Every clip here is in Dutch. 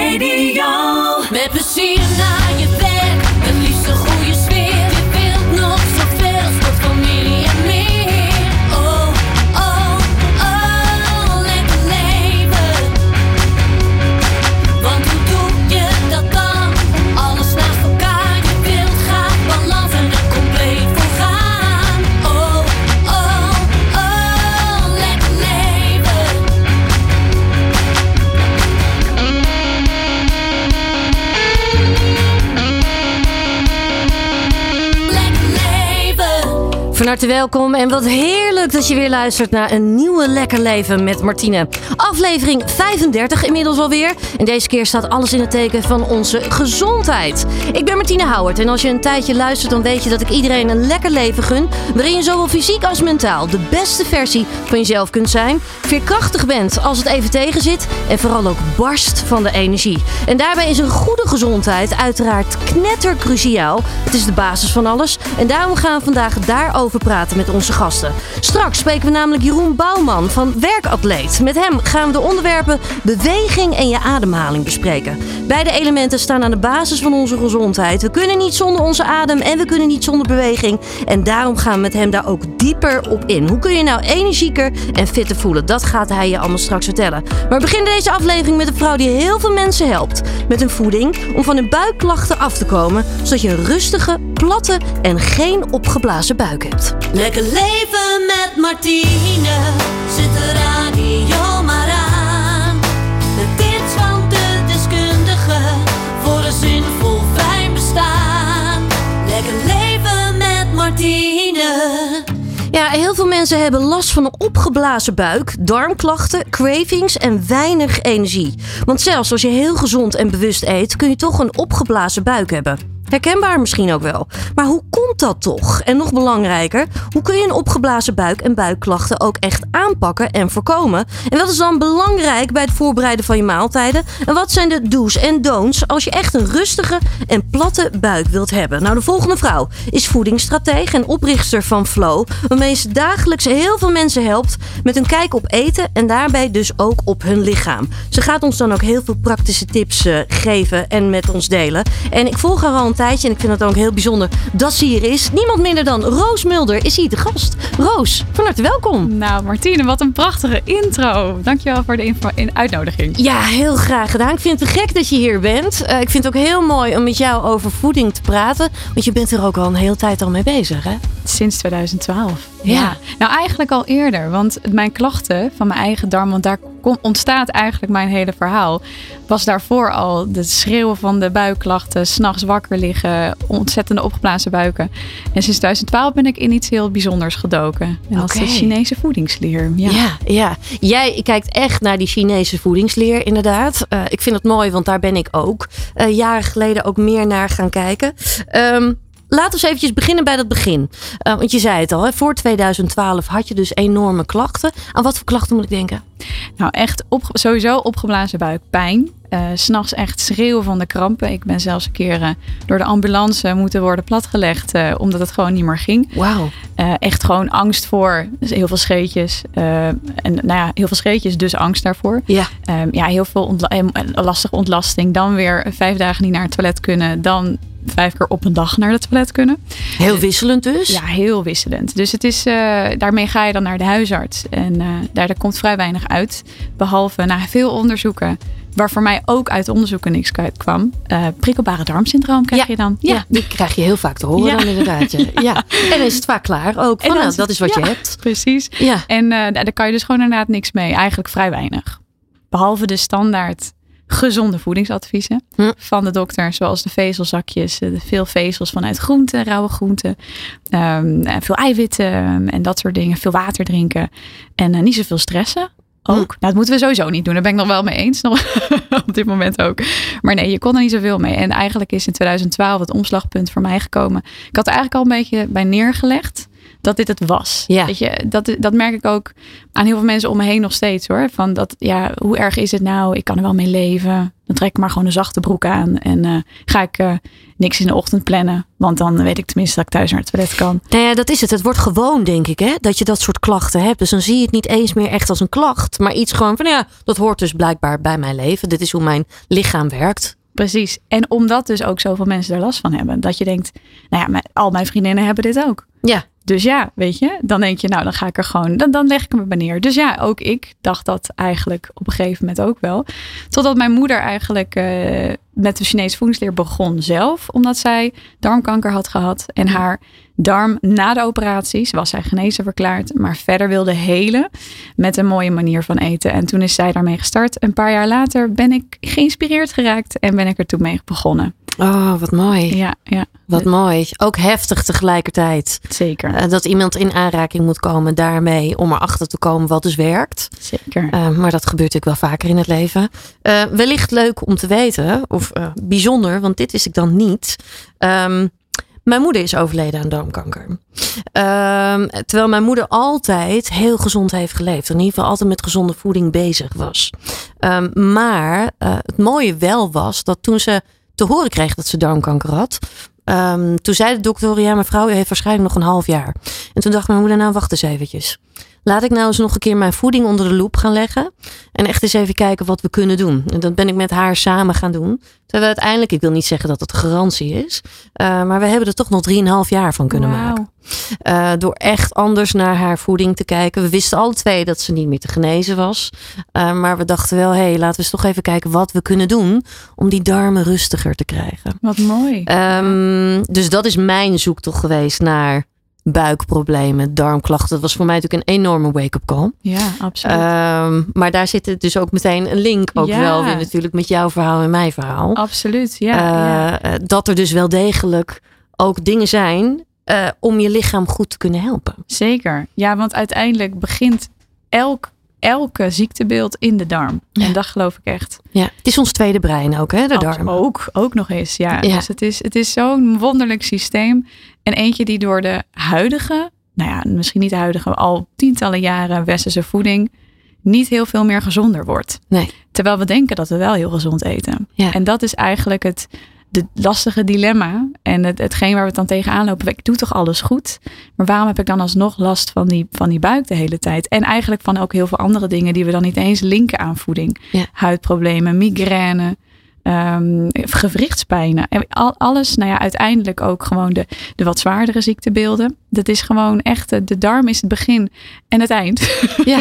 Radio. Met plezier naar je werk, het liefst een goede sfeer. Je wilt nog zoveel, sport, familie en meer. Oh, oh, oh, lekker leven. Want hoe doe je dat dan? Alles naast elkaar, je wilt graag balans en er compleet voor gaan. Oh, oh, oh, lekker leven. Lekker leven. Van harte welkom en wat heerlijk dat je weer luistert naar een nieuwe Lekker Leven met Martine. Aflevering 35 inmiddels alweer. En deze keer staat alles in het teken van onze gezondheid. Ik ben Martine Houwert en als je een tijdje luistert dan weet je dat ik iedereen een lekker leven gun. Waarin je zowel fysiek als mentaal de beste versie van jezelf kunt zijn. Veerkrachtig bent als het even tegen zit. En vooral ook barst van de energie. En daarbij is een goede gezondheid uiteraard knettercruciaal. Het is de basis van alles. En daarom gaan we vandaag daarover praten met onze gasten. Straks spreken we namelijk Jeroen Bouwman van Werkatleet. Met hem gaan we de onderwerpen beweging en je ademhaling bespreken. Beide elementen staan aan de basis van onze gezondheid. We kunnen niet zonder onze adem en we kunnen niet zonder beweging. En daarom gaan we met hem daar ook dieper op in. Hoe kun je nou energieker en fitter voelen? Dat gaat hij je allemaal straks vertellen. Maar we beginnen deze aflevering met een vrouw die heel veel mensen helpt met hun voeding om van hun buikklachten af te komen, zodat je een rustige, platte en geen opgeblazen buik hebt. Lekker leven met Martine. Zet de radio maar aan. Met tips van de deskundige voor een zinvol fijn bestaan. Lekker leven met Martine. Ja, heel veel mensen hebben last van een opgeblazen buik, darmklachten, cravings en weinig energie. Want zelfs als je heel gezond en bewust eet, kun je toch een opgeblazen buik hebben. Herkenbaar misschien ook wel. Maar hoe komt dat toch? En nog belangrijker, hoe kun je een opgeblazen buik en buikklachten ook echt aanpakken en voorkomen? En wat is dan belangrijk bij het voorbereiden van je maaltijden? En wat zijn de do's en don'ts als je echt een rustige en platte buik wilt hebben? Nou, de volgende vrouw is voedingsstratege en oprichter van Flow, waarmee ze dagelijks heel veel mensen helpt met een kijk op eten en daarbij dus ook op hun lichaam. Ze gaat ons dan ook heel veel praktische tips geven en met ons delen. En ik volg haar al een tijdje en ik vind het ook heel bijzonder dat ze hier is. Niemand minder dan Roos Mulder is hier te gast. Roos, van harte welkom. Nou Martine, wat een prachtige intro. Dankjewel voor de uitnodiging. Ja, heel graag gedaan. Ik vind het te gek dat je hier bent. Ik vind het ook heel mooi om met jou over voeding te praten. Want je bent er ook al een hele tijd al mee bezig, hè? Sinds 2012. Ja. Nou eigenlijk al eerder. Want mijn klachten van mijn eigen darm, want daar ontstaat eigenlijk mijn hele verhaal, was daarvoor al de schreeuwen van de buikklachten, 's nachts wakker liggen, ontzettende opgeblazen buiken. En sinds 2012 ben ik in iets heel bijzonders gedoken. En dat is de Chinese voedingsleer. Ja. Jij kijkt echt naar die Chinese voedingsleer, inderdaad. Ik vind het mooi, want daar ben ik ook jaren geleden ook meer naar gaan kijken. Laten we eventjes beginnen bij het begin. Want je zei het al, hè, voor 2012 had je dus enorme klachten. Aan wat voor klachten moet ik denken? Nou echt sowieso opgeblazen buik, pijn. 's Nachts echt schreeuwen van de krampen. Ik ben zelfs een keer door de ambulance moeten worden platgelegd. Omdat het gewoon niet meer ging. Wauw. Echt gewoon angst voor. Dus heel veel scheetjes. Heel veel scheetjes, dus angst daarvoor. Ja. Heel veel lastige ontlasting. Dan weer 5 dagen niet naar het toilet kunnen. Dan 5 keer op een dag naar het toilet kunnen. Heel wisselend dus? Ja, heel wisselend. Dus het is, daarmee ga je dan naar de huisarts. En daar komt vrij weinig uit. Behalve na veel onderzoeken, waar voor mij ook uit onderzoeken niks kwam. Prikkelbare darmsyndroom krijg je dan. Ja, die krijg je heel vaak te horen dan inderdaad. Ja. En dan is het vaak klaar ook. Van, dat is wat je hebt. Precies. Ja. En daar kan je dus gewoon inderdaad niks mee. Eigenlijk vrij weinig. Behalve de standaard gezonde voedingsadviezen van de dokter. Zoals de vezelzakjes, veel vezels vanuit groenten, rauwe groenten. Veel eiwitten en dat soort dingen. Veel water drinken. En niet zoveel stressen. Ook. Nou, dat moeten we sowieso niet doen. Daar ben ik nog wel mee eens. Op dit moment ook. Maar nee, je kon er niet zoveel mee. En eigenlijk is in 2012 het omslagpunt voor mij gekomen. Ik had er eigenlijk al een beetje bij neergelegd dat dit het was. Ja. Weet je, dat merk ik ook aan heel veel mensen om me heen nog steeds hoor. Van dat, ja, hoe erg is het nou? Ik kan er wel mee leven. Dan trek ik maar gewoon een zachte broek aan. En ga ik niks in de ochtend plannen. Want dan weet ik tenminste dat ik thuis naar het toilet kan. Nou ja, dat is het. Het wordt gewoon, denk ik, hè, dat je dat soort klachten hebt. Dus dan zie je het niet eens meer echt als een klacht. Maar iets gewoon van, dat hoort dus blijkbaar bij mijn leven. Dit is hoe mijn lichaam werkt. Precies. En omdat dus ook zoveel mensen er last van hebben. Dat je denkt, al mijn vriendinnen hebben dit ook. Ja. Dus ja, weet je, dan denk je, dan ga ik er gewoon, dan leg ik hem neer. Dus ja, ook ik dacht dat eigenlijk op een gegeven moment ook wel. Totdat mijn moeder eigenlijk met de Chinese voedingsleer begon zelf. Omdat zij darmkanker had gehad. En haar darm na de operaties was zij genezen verklaard. Maar verder wilde helen met een mooie manier van eten. En toen is zij daarmee gestart. Een paar jaar later ben ik geïnspireerd geraakt. En ben ik er toen mee begonnen. Oh, wat mooi. Ja. Wat mooi. Ook heftig tegelijkertijd. Zeker. Dat iemand in aanraking moet komen daarmee om erachter te komen wat dus werkt. Zeker. Maar dat gebeurt natuurlijk wel vaker in het leven. Wellicht leuk om te weten, of bijzonder, want dit wist ik dan niet. Mijn moeder is overleden aan darmkanker. Terwijl mijn moeder altijd heel gezond heeft geleefd. In ieder geval altijd met gezonde voeding bezig was. Maar het mooie wel was dat toen ze te horen kreeg dat ze darmkanker had. Toen zei de dokter, ja, mevrouw, u heeft waarschijnlijk nog een half jaar. En toen dacht mijn moeder, nou wacht eens eventjes. Laat ik nou eens nog een keer mijn voeding onder de loep gaan leggen. En echt eens even kijken wat we kunnen doen. En dat ben ik met haar samen gaan doen. Terwijl uiteindelijk, ik wil niet zeggen dat het garantie is. Maar we hebben er toch nog 3,5 jaar van kunnen maken. Door echt anders naar haar voeding te kijken. We wisten alle twee dat ze niet meer te genezen was. Maar we dachten wel, laten we eens toch even kijken wat we kunnen doen. Om die darmen rustiger te krijgen. Wat mooi. Dus dat is mijn zoektocht geweest naar buikproblemen, darmklachten. Dat was voor mij natuurlijk een enorme wake-up call. Ja, absoluut. Maar daar zit dus ook meteen een link ook wel weer natuurlijk met jouw verhaal en mijn verhaal. Absoluut, ja. Dat er dus wel degelijk ook dingen zijn om je lichaam goed te kunnen helpen. Zeker. Ja, want uiteindelijk begint elke ziektebeeld in de darm. Ja. En dat geloof ik echt. Ja, het is ons tweede brein ook, hè, de darm. Ook nog eens, ja. Dus het is zo'n wonderlijk systeem. En eentje die door de huidige, misschien niet de huidige, al tientallen jaren westerse voeding niet heel veel meer gezonder wordt. Nee. Terwijl we denken dat we wel heel gezond eten. Ja. En dat is eigenlijk het lastige dilemma en hetgeen waar we het dan tegenaan lopen. Ik doe toch alles goed, maar waarom heb ik dan alsnog last van die buik de hele tijd? En eigenlijk van ook heel veel andere dingen die we dan niet eens linken aan voeding. Ja. Huidproblemen, migraine, gewrichtspijnen. En alles, uiteindelijk ook gewoon de wat zwaardere ziektebeelden. Dat is gewoon echt, de darm is het begin en het eind. Ja.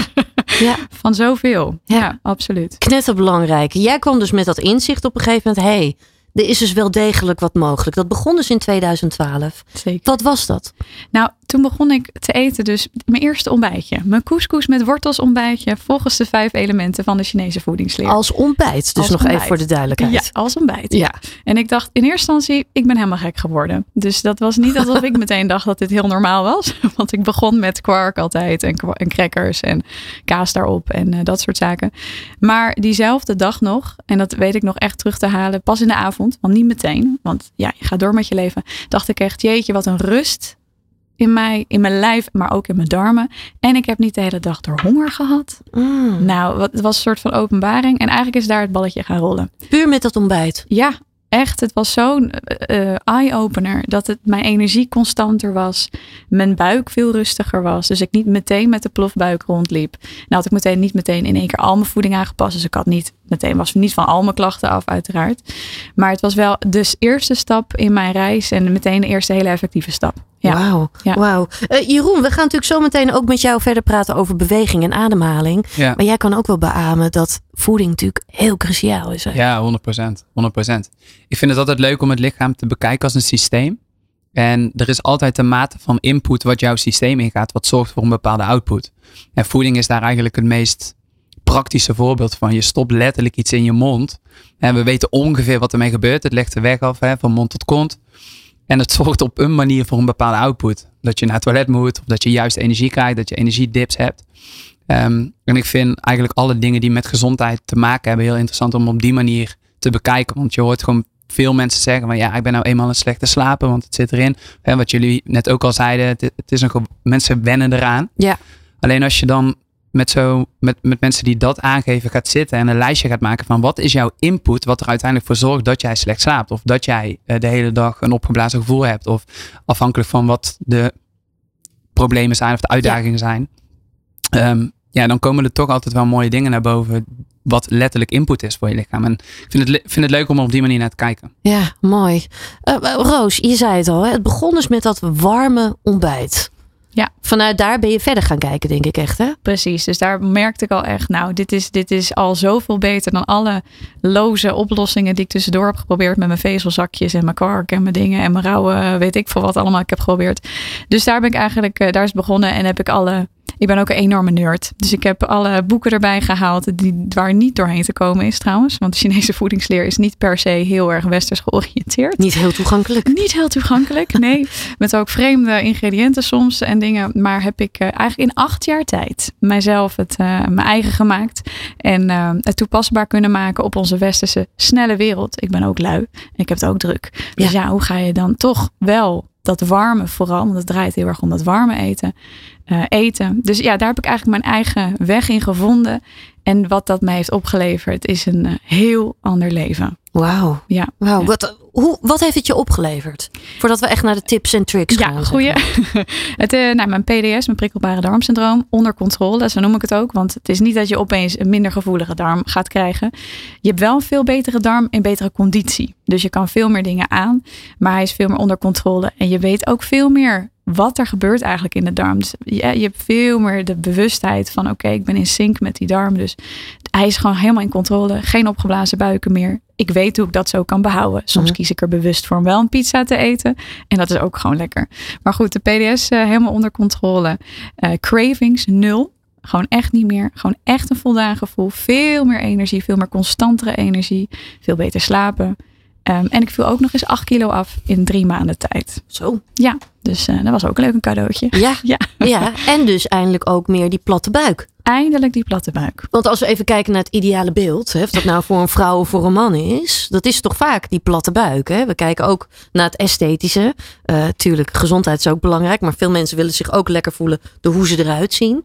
Van zoveel. Ja, absoluut. Knetterbelangrijk. Jij kwam dus met dat inzicht op een gegeven moment. Er is dus wel degelijk wat mogelijk. Dat begon dus in 2012. Zeker. Wat was dat? Nou, toen begon ik te eten dus mijn eerste ontbijtje. Mijn couscous met wortels ontbijtje. Volgens de 5 elementen van de Chinese voedingsleer. Als ontbijt. Dus nog even voor de duidelijkheid. Ja, als ontbijt. Ja. En ik dacht in eerste instantie, ik ben helemaal gek geworden. Dus dat was niet alsof ik meteen dacht dat dit heel normaal was. Want ik begon met kwark altijd. En crackers en kaas daarop. En dat soort zaken. Maar diezelfde dag nog. En dat weet ik nog echt terug te halen. Pas in de avond. Want niet meteen. Want je gaat door met je leven. Dacht ik echt, jeetje, wat een rust in mijn lijf, maar ook in mijn darmen. En ik heb niet de hele dag door honger gehad. Nou, het was een soort van openbaring. En eigenlijk is daar het balletje gaan rollen. Puur met dat ontbijt? Ja, echt. Het was zo'n eye-opener. Dat mijn energie constanter was. Mijn buik veel rustiger was. Dus ik niet meteen met de plofbuik rondliep. Nou had ik niet meteen in één keer al mijn voeding aangepast. Dus ik had was niet van al mijn klachten af uiteraard. Maar het was wel de eerste stap in mijn reis. En meteen de eerste hele effectieve stap. Ja. Wauw. Jeroen, we gaan natuurlijk zo meteen ook met jou verder praten over beweging en ademhaling. Ja. Maar jij kan ook wel beamen dat voeding natuurlijk heel cruciaal is. Hè? Ja, 100%. Ik vind het altijd leuk om het lichaam te bekijken als een systeem. En er is altijd een mate van input wat jouw systeem ingaat, wat zorgt voor een bepaalde output. En voeding is daar eigenlijk het meest praktische voorbeeld van. Je stopt letterlijk iets in je mond. En we weten ongeveer wat ermee gebeurt. Het legt de weg af, van mond tot kont. En het zorgt op een manier voor een bepaalde output. Dat je naar het toilet moet. Of dat je juist energie krijgt. Dat je energiedips hebt. En ik vind eigenlijk alle dingen die met gezondheid te maken hebben heel interessant om op die manier te bekijken. Want je hoort gewoon veel mensen zeggen van ik ben nou eenmaal een slechte slaper. Want het zit erin. Wat jullie net ook al zeiden. Mensen wennen eraan. Ja. Alleen als je dan met mensen die dat aangeven gaat zitten en een lijstje gaat maken van wat is jouw input wat er uiteindelijk voor zorgt dat jij slecht slaapt. Of dat jij de hele dag een opgeblazen gevoel hebt. Of afhankelijk van wat de problemen zijn of de uitdagingen zijn. Dan komen er toch altijd wel mooie dingen naar boven wat letterlijk input is voor je lichaam. En ik vind het leuk om op die manier naar te kijken. Ja, mooi. Roos, je zei het al. Hè? Het begon dus met dat warme ontbijt. Ja. Vanuit daar ben je verder gaan kijken, denk ik echt, hè? Precies, dus daar merkte ik al echt, nou, dit is al zoveel beter dan alle loze oplossingen die ik tussendoor heb geprobeerd met mijn vezelzakjes en mijn kwark en mijn dingen en mijn rauwe, weet ik veel wat allemaal ik heb geprobeerd. Dus daar ben ik eigenlijk, daar is het begonnen en heb ik ik ben ook een enorme nerd. Dus ik heb alle boeken erbij gehaald waar niet doorheen te komen is trouwens. Want de Chinese voedingsleer is niet per se heel erg westers georiënteerd. Niet heel toegankelijk. Niet heel toegankelijk, nee. Met ook vreemde ingrediënten soms en dingen. Maar heb ik eigenlijk in 8 jaar tijd mijzelf mijn eigen gemaakt. En het toepasbaar kunnen maken op onze westerse snelle wereld. Ik ben ook lui en ik heb het ook druk. Dus hoe ga je dan toch wel dat warme vooral, want het draait heel erg om dat warme eten. Dus daar heb ik eigenlijk mijn eigen weg in gevonden. En wat dat mij heeft opgeleverd is een heel ander leven. Wauw. Ja. Wow. Wat heeft het je opgeleverd? Voordat we echt naar de tips en tricks gaan. Ja, goeie. Mijn PDS, mijn prikkelbare darmsyndroom, onder controle. Zo noem ik het ook. Want het is niet dat je opeens een minder gevoelige darm gaat krijgen. Je hebt wel een veel betere darm in betere conditie. Dus je kan veel meer dingen aan. Maar hij is veel meer onder controle. En je weet ook veel meer wat er gebeurt eigenlijk in de darm. Dus je hebt veel meer de bewustheid van oké, ik ben in sync met die darm. Dus hij is gewoon helemaal in controle. Geen opgeblazen buiken meer. Ik weet hoe ik dat zo kan behouden. Soms kies ik er bewust voor om wel een pizza te eten. En dat is ook gewoon lekker. Maar goed, de PDS helemaal onder controle. Cravings 0. Gewoon echt niet meer. Gewoon echt een voldaan gevoel. Veel meer energie. Veel meer constantere energie. Veel beter slapen. En ik viel ook nog eens 8 kilo af in 3 maanden tijd. Zo. Ja, dus dat was ook leuk een cadeautje. Ja. En dus eindelijk ook meer die platte buik. Eindelijk die platte buik. Want als we even kijken naar het ideale beeld, of dat nou voor een vrouw of voor een man is, dat is toch vaak die platte buik. Hè? We kijken ook naar het esthetische. Tuurlijk, gezondheid is ook belangrijk, maar veel mensen willen zich ook lekker voelen door hoe ze eruit zien.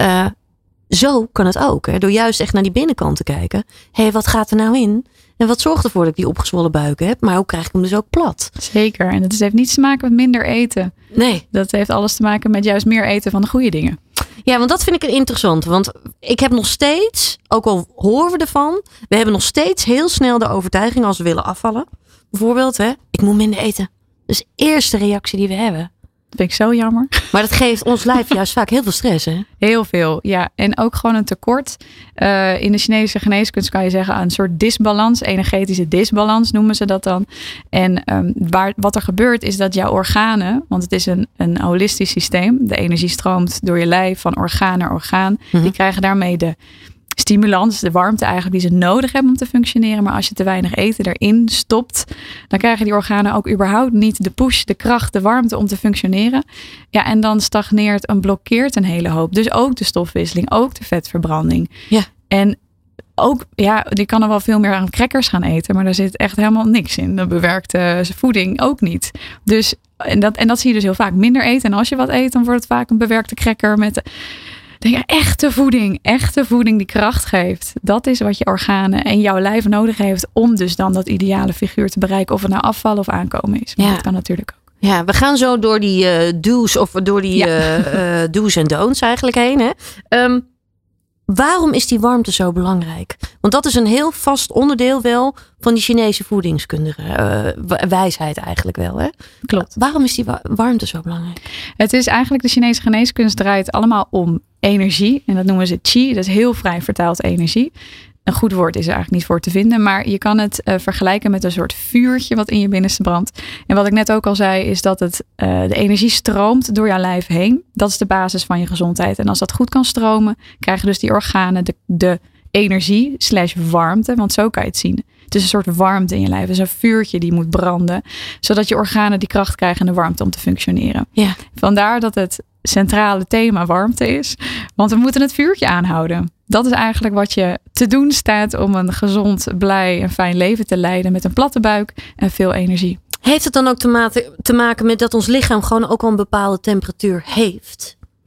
Zo kan het ook. Hè? Door juist echt naar die binnenkant te kijken. Hé, wat gaat er nou in? En wat zorgt ervoor dat ik die opgezwollen buik heb? Maar hoe krijg ik hem dus ook plat? Zeker. En dat heeft niets te maken met minder eten. Nee. Dat heeft alles te maken met juist meer eten van de goede dingen. Ja, want dat vind ik interessant. Want ik heb nog steeds, ook al horen we ervan, we hebben nog steeds heel snel de overtuiging als we willen afvallen. Bijvoorbeeld, ik moet minder eten. Dus de eerste reactie die we hebben. Dat vind ik zo jammer. Maar dat geeft ons lijf juist vaak heel veel stress, hè? Heel veel, ja. En ook gewoon een tekort. In de Chinese geneeskunst kan je zeggen een soort disbalans. Energetische disbalans noemen ze dat dan. En wat er gebeurt is dat jouw organen, want het is een holistisch systeem. De energie stroomt door je lijf van orgaan naar orgaan. Mm-hmm. Die krijgen daarmee de stimulans, de warmte eigenlijk die ze nodig hebben om te functioneren. Maar als je te weinig eten erin stopt, dan krijgen die organen ook überhaupt niet de push, de kracht, de warmte om te functioneren. Ja, en dan stagneert en blokkeert een hele hoop. Dus ook de stofwisseling, ook de vetverbranding. Ja. En ook, die kan er wel veel meer aan crackers gaan eten, maar daar zit echt helemaal niks in. De bewerkte voeding ook niet. Dus, en dat zie je dus heel vaak. Minder eten. En als je wat eet, dan wordt het vaak een bewerkte cracker met echte voeding die kracht geeft. Dat is wat je organen en jouw lijf nodig heeft om dus dan dat ideale figuur te bereiken. Of het nou afvallen of aankomen is. Maar dat kan natuurlijk ook. Ja, we gaan zo door die do's of door die do's en don'ts eigenlijk heen. Hè? Waarom is die warmte zo belangrijk? Want dat is een heel vast onderdeel wel van die Chinese voedingskundige wijsheid eigenlijk wel. Hè? Klopt. Waarom is die warmte zo belangrijk? Het is eigenlijk, de Chinese geneeskunst draait allemaal om energie. En dat noemen ze qi. Dat is heel vrij vertaald energie. Een goed woord is er eigenlijk niet voor te vinden. Maar je kan het vergelijken met een soort vuurtje wat in je binnenste brandt. En wat ik net ook al zei is dat de energie stroomt door jouw lijf heen. Dat is de basis van je gezondheid. En als dat goed kan stromen, krijgen dus die organen de energie / warmte. Want zo kan je het zien. Het is een soort warmte in je lijf. Het is een vuurtje die moet branden. Zodat je organen die kracht krijgen en de warmte om te functioneren. Ja. Vandaar dat het centrale thema warmte is. Want we moeten het vuurtje aanhouden. Dat is eigenlijk wat je te doen staat om een gezond, blij en fijn leven te leiden. Met een platte buik en veel energie. Heeft het dan ook te maken met dat ons lichaam gewoon ook al een bepaalde temperatuur heeft?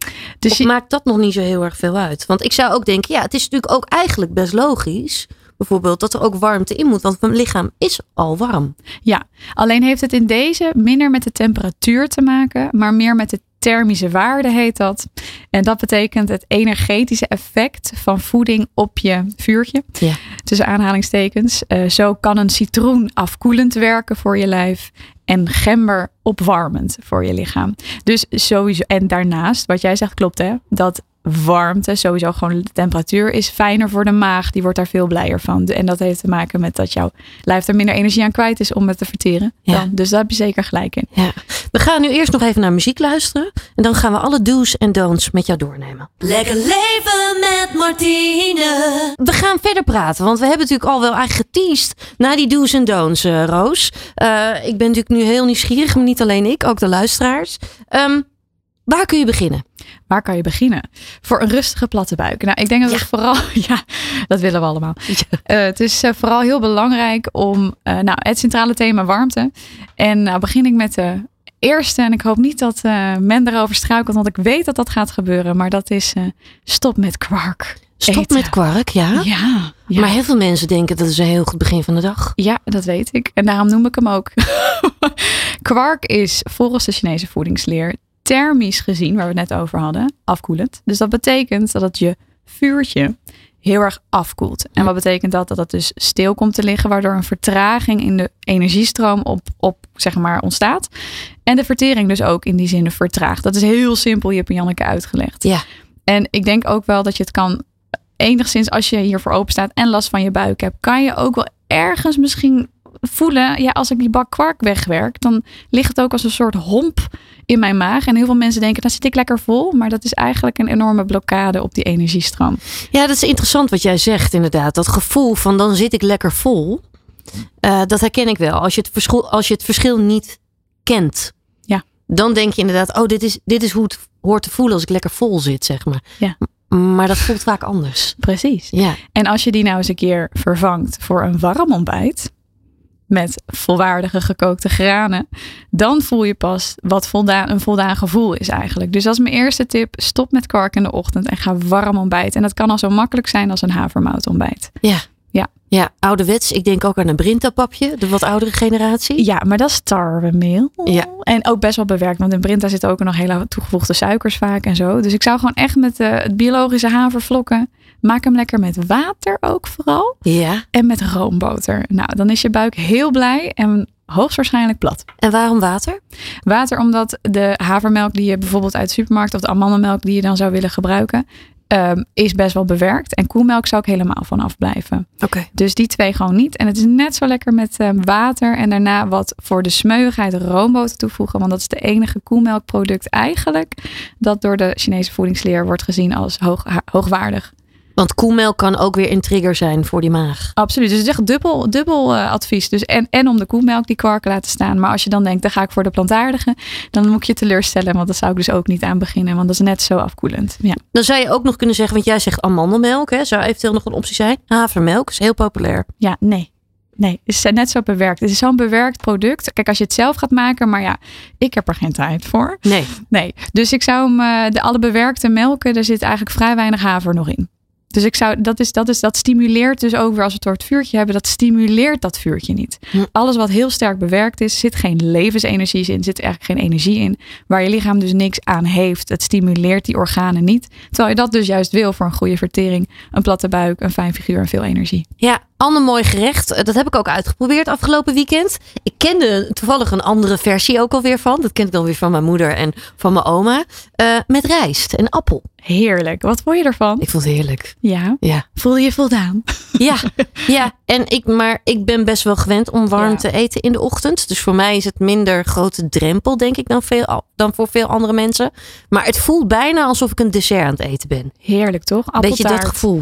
Dus Of maakt dat nog niet zo heel erg veel uit? Want ik zou ook denken, het is natuurlijk ook eigenlijk best logisch. Bijvoorbeeld dat er ook warmte in moet. Want mijn lichaam is al warm. Ja, alleen heeft het in deze minder met de temperatuur te maken. Maar meer met de thermische waarde heet dat. En dat betekent het energetische effect van voeding op je vuurtje. Ja. Tussen aanhalingstekens. Zo kan een citroen afkoelend werken voor je lijf. En gember opwarmend voor je lichaam. Dus sowieso. En daarnaast, wat jij zegt klopt hè. Dat warmte, sowieso gewoon de temperatuur is fijner voor de maag. Die wordt daar veel blijer van. En dat heeft te maken met dat jouw lijf er minder energie aan kwijt is om het te verteren. Ja. Dus daar heb je zeker gelijk in. Ja. We gaan nu eerst nog even naar muziek luisteren. En dan gaan we alle do's en don'ts met jou doornemen. Lekker leven met Martine. We gaan verder praten, want we hebben natuurlijk al wel eigenlijk geteased naar die do's en don'ts, Roos. Ik ben natuurlijk nu heel nieuwsgierig, maar niet alleen ik, ook de luisteraars. Waar kun je beginnen? Waar kan je beginnen? Voor een rustige platte buik. Nou, ik denk dat het vooral... Ja, dat willen we allemaal. Ja. Het is vooral heel belangrijk om... het centrale thema warmte. En nou begin ik met de eerste. En ik hoop niet dat men erover struikelt. Want ik weet dat dat gaat gebeuren. Maar dat is stop met kwark. Stop met kwark, ja? Ja. Maar heel veel mensen denken dat is een heel goed begin van de dag. Ja, dat weet ik. En daarom noem ik hem ook. Kwark is volgens de Chinese voedingsleer... thermisch gezien, waar we het net over hadden, afkoelend. Dus dat betekent dat het je vuurtje heel erg afkoelt. En wat betekent dat? Dat het dus stil komt te liggen, waardoor een vertraging in de energiestroom op zeg maar ontstaat. En de vertering dus ook in die zin vertraagt. Dat is heel simpel, Jip en Janneke uitgelegd. Ja. En ik denk ook wel dat je het kan enigszins, als je hiervoor open staat en last van je buik hebt, kan je ook wel ergens misschien voelen, ja, als ik die bak kwark wegwerk, dan ligt het ook als een soort homp in mijn maag. En heel veel mensen denken, dan zit ik lekker vol. Maar dat is eigenlijk een enorme blokkade op die energiestroom. Ja, dat is interessant wat jij zegt inderdaad. Dat gevoel van dan zit ik lekker vol. Dat herken ik wel. Als je het verschil niet kent. Ja. Dan denk je inderdaad, dit is hoe het hoort te voelen als ik lekker vol zit, zeg maar. Ja. Maar dat voelt vaak anders. Precies. Ja. En als je die nou eens een keer vervangt voor een warm ontbijt, met volwaardige gekookte granen, dan voel je pas wat een voldaan gevoel is eigenlijk. Dus dat is mijn eerste tip. Stop met kwark in de ochtend en ga warm ontbijten. En dat kan al zo makkelijk zijn als een havermoutontbijt. Ja, ouderwets. Ik denk ook aan een Brinta-papje, de wat oudere generatie. Ja, maar dat is tarwemeel. Ja. En ook best wel bewerkt, want in Brinta zitten ook nog hele toegevoegde suikers vaak en zo. Dus ik zou gewoon echt met het biologische havervlokken, maak hem lekker met water ook vooral. Ja. En met roomboter. Nou, dan is je buik heel blij en hoogstwaarschijnlijk plat. En waarom water? Water omdat de havermelk die je bijvoorbeeld uit de supermarkt of de amandelmelk die je dan zou willen gebruiken, is best wel bewerkt. En koemelk zou ik helemaal van afblijven. Oké. Dus die twee gewoon niet. En het is net zo lekker met water. En daarna wat voor de smeuigheid roomboter toevoegen. Want dat is de enige koemelkproduct eigenlijk dat door de Chinese voedingsleer wordt gezien als hoogwaardig. Want koemelk kan ook weer een trigger zijn voor die maag. Absoluut. Dus het is echt dubbel advies. Dus en om de koemelk die kwark laten staan. Maar als je dan denkt, dan ga ik voor de plantaardige, dan moet ik je teleurstellen. Want dat zou ik dus ook niet aan beginnen. Want dat is net zo afkoelend. Ja. Dan zou je ook nog kunnen zeggen, want jij zegt amandelmelk. Hè, zou eventueel nog een optie zijn. Havermelk is heel populair. Ja, nee. Nee, het is net zo bewerkt. Het is zo'n bewerkt product. Kijk, als je het zelf gaat maken, maar ja, ik heb er geen tijd voor. Nee. Dus ik zou hem, alle bewerkte melken, daar zit eigenlijk vrij weinig haver nog in. Dus dat stimuleert dus ook weer als we het door het vuurtje hebben, dat stimuleert dat vuurtje niet. Alles wat heel sterk bewerkt is, zit geen levensenergie in, zit eigenlijk geen energie in, waar je lichaam dus niks aan heeft. Het stimuleert die organen niet. Terwijl je dat dus juist wil voor een goede vertering, een platte buik, een fijn figuur en veel energie. Ja, ander mooi gerecht. Dat heb ik ook uitgeprobeerd afgelopen weekend. Ik kende toevallig een andere versie ook alweer van. Dat ken ik dan weer van mijn moeder en van mijn oma. Met rijst en appel. Heerlijk. Wat vond je ervan? Ik vond het heerlijk. Ja? Ja. Voel je voldaan? Ja. En ik ben best wel gewend om warm te eten in de ochtend. Dus voor mij is het minder grote drempel, denk ik, dan voor veel andere mensen. Maar het voelt bijna alsof ik een dessert aan het eten ben. Heerlijk, toch? Appeltaart. Beetje dat gevoel,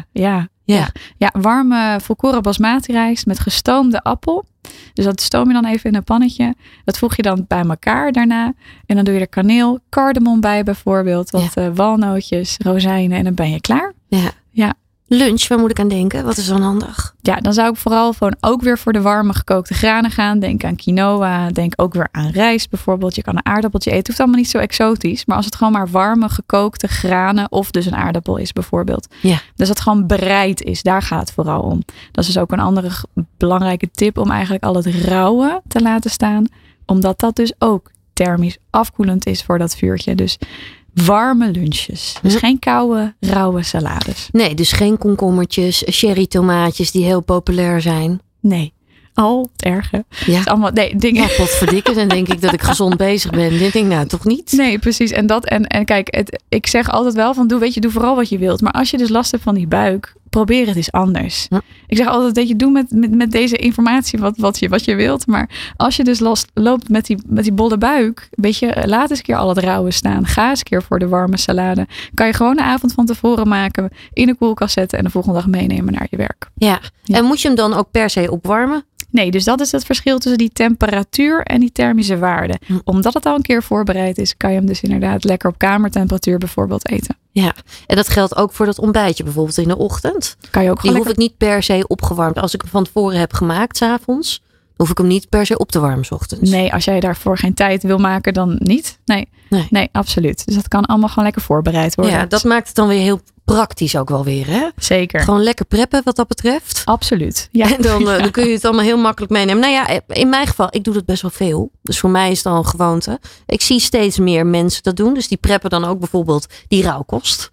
Ja, warme volkoren basmati rijst met gestoomde appel. Dus dat stoom je dan even in een pannetje. Dat voeg je dan bij elkaar daarna. En dan doe je er kaneel, cardamom bij bijvoorbeeld. Wat walnootjes, rozijnen en dan ben je klaar. Ja. Lunch, waar moet ik aan denken? Wat is dan handig? Ja, dan zou ik vooral gewoon ook weer voor de warme gekookte granen gaan. Denk aan quinoa. Denk ook weer aan rijst bijvoorbeeld. Je kan een aardappeltje eten. Het hoeft allemaal niet zo exotisch. Maar als het gewoon maar warme gekookte granen of dus een aardappel is bijvoorbeeld. Ja. Dus dat het gewoon bereid is. Daar gaat het vooral om. Dat is dus ook een andere belangrijke tip om eigenlijk al het rauwe te laten staan. Omdat dat dus ook thermisch afkoelend is voor dat vuurtje. Dus warme lunches. Dus geen koude, rauwe salades. Nee, dus geen komkommertjes, cherry tomaatjes die heel populair zijn. Nee. Al het erge. Ja. Het is allemaal, nee, dingen. Ja, potverdikke, dan denk ik dat ik gezond bezig ben. Dan denk ik, nou, toch niet? Nee, precies. En kijk, ik zeg altijd wel van doe vooral wat je wilt. Maar als je dus last hebt van die buik, probeer het eens anders. Ja. Ik zeg altijd dat je doet met deze informatie wat je wilt. Maar als je dus loopt met die bolle buik, weet je, laat eens een keer al het rauwe staan. Ga eens een keer voor de warme salade. Kan je gewoon de avond van tevoren maken, in de koelkast zetten en de volgende dag meenemen naar je werk. Ja. En moet je hem dan ook per se opwarmen? Nee, dus dat is het verschil tussen die temperatuur en die thermische waarde. Omdat het al een keer voorbereid is, kan je hem dus inderdaad lekker op kamertemperatuur bijvoorbeeld eten. Ja, en dat geldt ook voor dat ontbijtje bijvoorbeeld in de ochtend. Kan je ook Die gewoon hoef ik niet per se opgewarmd. Als ik hem van tevoren heb gemaakt 's avonds, hoef ik hem niet per se op te warmen 's ochtends. Nee, als jij daarvoor geen tijd wil maken, dan niet. Nee, absoluut. Dus dat kan allemaal gewoon lekker voorbereid worden. Ja, dat maakt het dan weer heel praktisch ook wel weer, hè? Zeker. Gewoon lekker preppen wat dat betreft. Absoluut. Ja. En dan kun je het allemaal heel makkelijk meenemen. Nou ja, in mijn geval, ik doe dat best wel veel. Dus voor mij is het al een gewoonte. Ik zie steeds meer mensen dat doen. Dus die preppen dan ook bijvoorbeeld die rauwkost.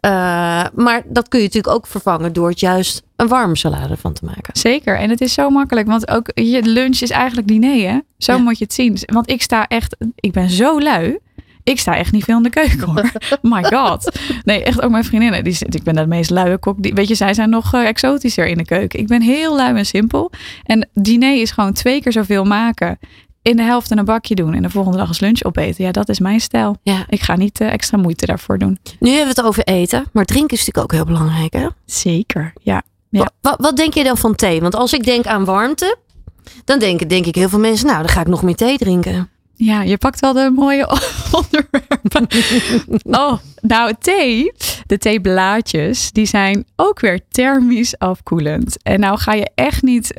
Maar dat kun je natuurlijk ook vervangen door het juist een warme salade van te maken. Zeker. En het is zo makkelijk. Want ook je lunch is eigenlijk diner, hè? Zo moet je het zien. Want ik ben zo lui. Ik sta echt niet veel in de keuken, hoor. My god. Nee, echt ook mijn vriendinnen. Ik ben de meest luie kok. Weet je, zij zijn nog exotischer in de keuken. Ik ben heel lui en simpel. En diner is gewoon 2 keer zoveel maken. In de helft in een bakje doen. En de volgende dag als lunch opeten. Ja, dat is mijn stijl. Ja. Ik ga niet extra moeite daarvoor doen. Nu hebben we het over eten. Maar drinken is natuurlijk ook heel belangrijk, hè? Zeker, ja. Wat denk je dan van thee? Want als ik denk aan warmte, dan denk ik heel veel mensen, nou, dan ga ik nog meer thee drinken. Ja, je pakt wel de mooie onderwerpen. Nou, de theeblaadjes, die zijn ook weer thermisch afkoelend. En nou ga je echt niet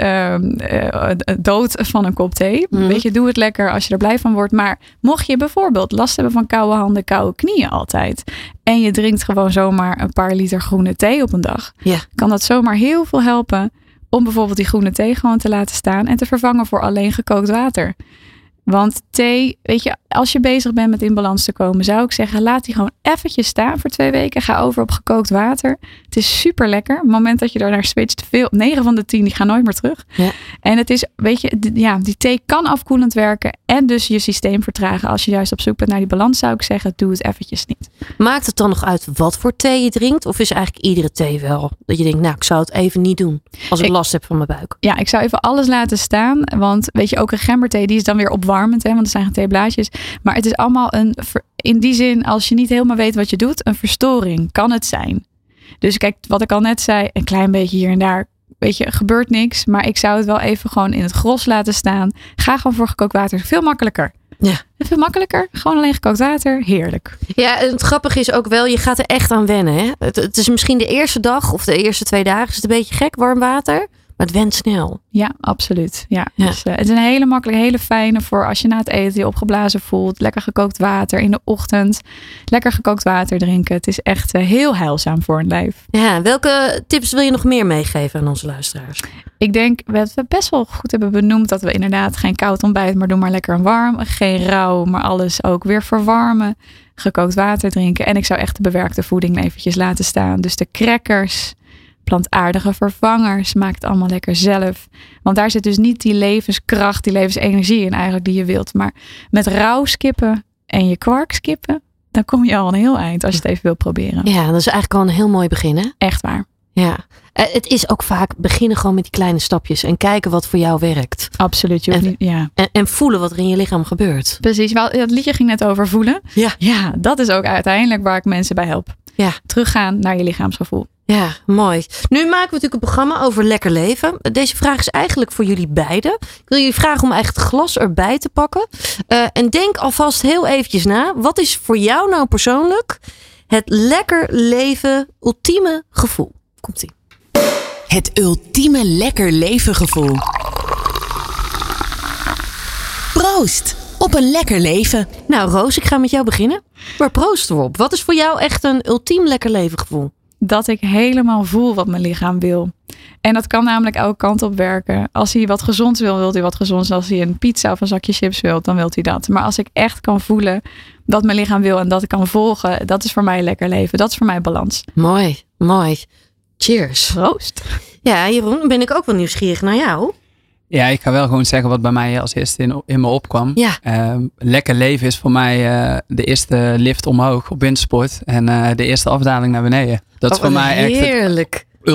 dood van een kop thee. Weet je, doe het lekker als je er blij van wordt. Maar mocht je bijvoorbeeld last hebben van koude handen, koude knieën altijd. En je drinkt gewoon zomaar een paar liter groene thee op een dag. Ja. Kan dat zomaar heel veel helpen om bijvoorbeeld die groene thee gewoon te laten staan. En te vervangen voor alleen gekookt water. Want thee, weet je, als je bezig bent met in balans te komen, zou ik zeggen, laat die gewoon eventjes staan voor 2 weken. Ga over op gekookt water. Het is super lekker. Op het moment dat je daar naar switcht, 9 van de 10 die gaan nooit meer terug. Ja. En het is, weet je, die thee kan afkoelend werken en dus je systeem vertragen. Als je juist op zoek bent naar die balans, zou ik zeggen, doe het eventjes niet. Maakt het dan nog uit wat voor thee je drinkt? Of is eigenlijk iedere thee wel dat je denkt, nou, ik zou het even niet doen als ik last heb van mijn buik? Ja, ik zou even alles laten staan. Want weet je, ook een gemberthee, die is dan weer opwarmend, hè, want er zijn geen theeblaadjes. Maar het is allemaal in die zin, als je niet helemaal weet wat je doet, een verstoring kan het zijn. Dus kijk, wat ik al net zei, een klein beetje hier en daar, weet je, gebeurt niks. Maar ik zou het wel even gewoon in het gros laten staan. Ga gewoon voor gekookt water. Veel makkelijker. Ja. Veel makkelijker. Gewoon alleen gekookt water. Heerlijk. Ja, en het grappige is ook wel, je gaat er echt aan wennen. Hè? Het is misschien de eerste dag of de eerste 2 dagen is het een beetje gek, warm water. Maar het went snel. Ja, absoluut. Ja. Dus, het is een hele makkelijke, hele fijne voor als je na het eten je opgeblazen voelt. Lekker gekookt water in de ochtend. Lekker gekookt water drinken. Het is echt heel heilzaam voor een lijf. Ja, welke tips wil je nog meer meegeven aan onze luisteraars? Ik denk dat we best wel goed hebben benoemd dat we inderdaad geen koud ontbijt, maar doe maar lekker een warm. Geen rauw, maar alles ook weer verwarmen. Gekookt water drinken. En ik zou echt de bewerkte voeding eventjes laten staan. Dus de crackers, plantaardige vervangers, maak het allemaal lekker zelf. Want daar zit dus niet die levenskracht, die levensenergie in eigenlijk die je wilt. Maar met rauw skippen en je kwark skippen, dan kom je al een heel eind als je het even wil proberen. Ja, dat is eigenlijk al een heel mooi begin, hè? Echt waar. Ja, het is ook vaak beginnen gewoon met die kleine stapjes en kijken wat voor jou werkt. Absoluut. Je hoeft niet, ja. En voelen wat er in je lichaam gebeurt. Precies. Het liedje ging net over voelen. Ja, dat is ook uiteindelijk waar ik mensen bij help. Ja. Teruggaan naar je lichaamsgevoel. Ja, mooi. Nu maken we natuurlijk een programma over lekker leven. Deze vraag is eigenlijk voor jullie beiden. Ik wil jullie vragen om echt het glas erbij te pakken. En denk alvast heel eventjes na. Wat is voor jou nou persoonlijk het lekker leven ultieme gevoel? Komt-ie. Het ultieme lekker leven gevoel. Proost op een lekker leven. Nou Roos, ik ga met jou beginnen. Maar proost erop. Wat is voor jou echt een ultiem lekker leven gevoel? Dat ik helemaal voel wat mijn lichaam wil. En dat kan namelijk elke kant op werken. Als hij wat gezonds wil hij wat gezonds. Als hij een pizza of een zakje chips wil, dan wil hij dat. Maar als ik echt kan voelen wat mijn lichaam wil en dat ik kan volgen, dat is voor mij lekker leven. Dat is voor mij balans. Mooi. Cheers. Proost. Ja, Jeroen, dan ben ik ook wel nieuwsgierig naar jou. Ja, ik ga wel gewoon zeggen wat bij mij als eerste in me opkwam. Ja. Lekker leven is voor mij de eerste lift omhoog op wintersport. En de eerste afdaling naar beneden. Dat is voor mij echt heerlijk. het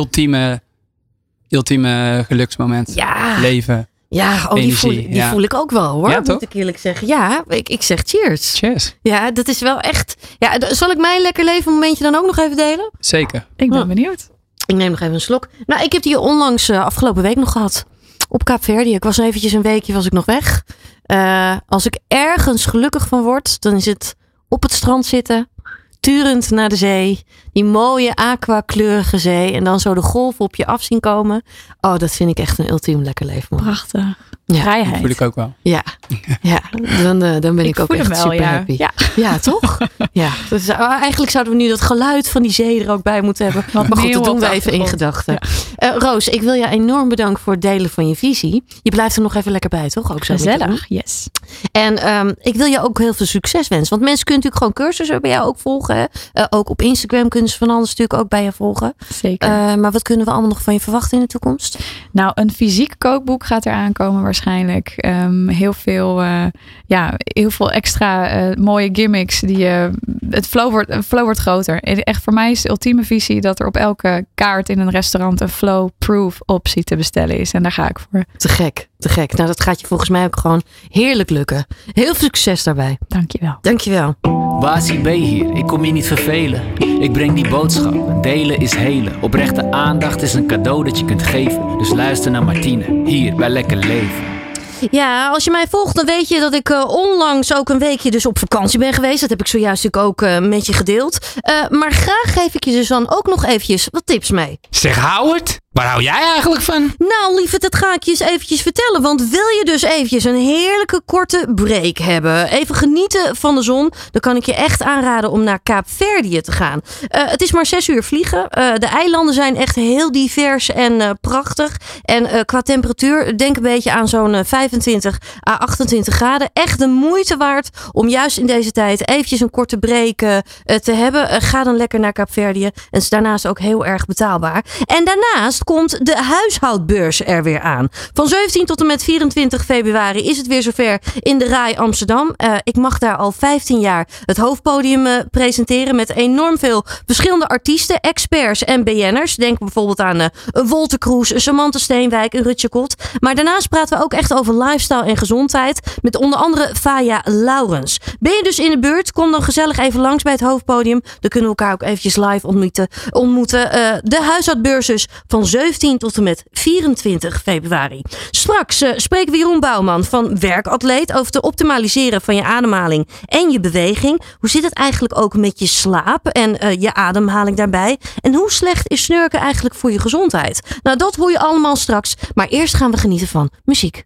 ultieme geluksmoment. Ja. Leven. Ja, energie, die voel ik ook wel hoor. Ja, moet toch? ik eerlijk zeggen. Ja, ik zeg cheers. Cheers. Ja, dat is wel echt. Ja, zal ik mijn lekker leven momentje dan ook nog even delen? Zeker. Ik ben benieuwd. Ik neem nog even een slok. Nou, ik heb die onlangs afgelopen week nog gehad. Op Kaapverdië. Ik was eventjes een weekje was ik nog weg. Als ik ergens gelukkig van word, dan is het op het strand zitten. Turend naar de zee. Die mooie aquakleurige zee. En dan zo de golven op je af zien komen. Oh, dat vind ik echt een ultiem lekker leven. Prachtig. Ja. Vrijheid. Dat voel ik ook wel. Ja, dan ben ik ook voel echt hem wel, super ja. happy. Ja. Ja, toch? Ja. Dus, eigenlijk zouden we nu dat geluid van die zee er ook bij moeten hebben. Wat Maar goed, meeuwen dat doen op we de even in achtergrond. gedachten. Roos, ik wil je enorm bedanken voor het delen van je visie. Je blijft er nog even lekker bij, toch? Ook zo Gezellig. Yes. En ik wil je ook heel veel succes wensen. Want mensen kunnen natuurlijk gewoon cursussen bij jou ook volgen. Hè? Ook op Instagram kunnen ze van alles natuurlijk ook bij je volgen. Zeker. Maar wat kunnen we allemaal nog van je verwachten in de toekomst? Nou, een fysiek kookboek gaat eraan komen waarschijnlijk. Heel veel extra mooie gimmicks. Het flow wordt groter. Echt voor mij is de ultieme visie dat er op elke kaart in een restaurant een flow-proof optie te bestellen is. En daar ga ik voor. Te gek. Nou, dat gaat je volgens mij ook gewoon heerlijk lukken. Heel veel succes daarbij. Dankjewel. Basie B hier, ik kom je niet vervelen. Ik breng die boodschap, delen is helen. Oprechte aandacht is een cadeau dat je kunt geven. Dus luister naar Martine, hier bij Lekker Leven. Ja, als je mij volgt, dan weet je dat ik onlangs ook een weekje dus op vakantie ben geweest. Dat heb ik zojuist natuurlijk ook met je gedeeld. Maar graag geef ik je dus dan ook nog eventjes wat tips mee. Zeg Howard, waar hou jij eigenlijk van? Nou, lieverd, dat ga ik je eens eventjes vertellen. Want wil je dus eventjes een heerlijke korte break hebben, even genieten van de zon, dan kan ik je echt aanraden om naar Kaapverdië te gaan. Het is maar 6 uur vliegen. De eilanden zijn echt heel divers en prachtig. En qua temperatuur, denk een beetje aan zo'n 25 à 28 graden. Echt de moeite waard om juist in deze tijd eventjes een korte break te hebben. Ga dan lekker naar Kaapverdië. En het is daarnaast ook heel erg betaalbaar. En daarnaast komt de huishoudbeurs er weer aan. Van 17 tot en met 24 februari is het weer zover in de RAI Amsterdam. Ik mag daar al 15 jaar het hoofdpodium presenteren met enorm veel verschillende artiesten, experts en BN'ers. Denk bijvoorbeeld aan een Wolter Kroes, een Samantha Steenwijk, een Rutje Kot. Maar daarnaast praten we ook echt over lifestyle en gezondheid met onder andere Faya Laurens. Ben je dus in de buurt? Kom dan gezellig even langs bij het hoofdpodium. Dan kunnen we elkaar ook eventjes live ontmoeten. De huishoudbeurs dus van 17 tot en met 24 februari. Straks spreken we Jeroen Bouwman van Werkatleet over het optimaliseren van je ademhaling en je beweging. Hoe zit het eigenlijk ook met je slaap en je ademhaling daarbij? En hoe slecht is snurken eigenlijk voor je gezondheid? Nou, dat hoor je allemaal straks. Maar eerst gaan we genieten van muziek.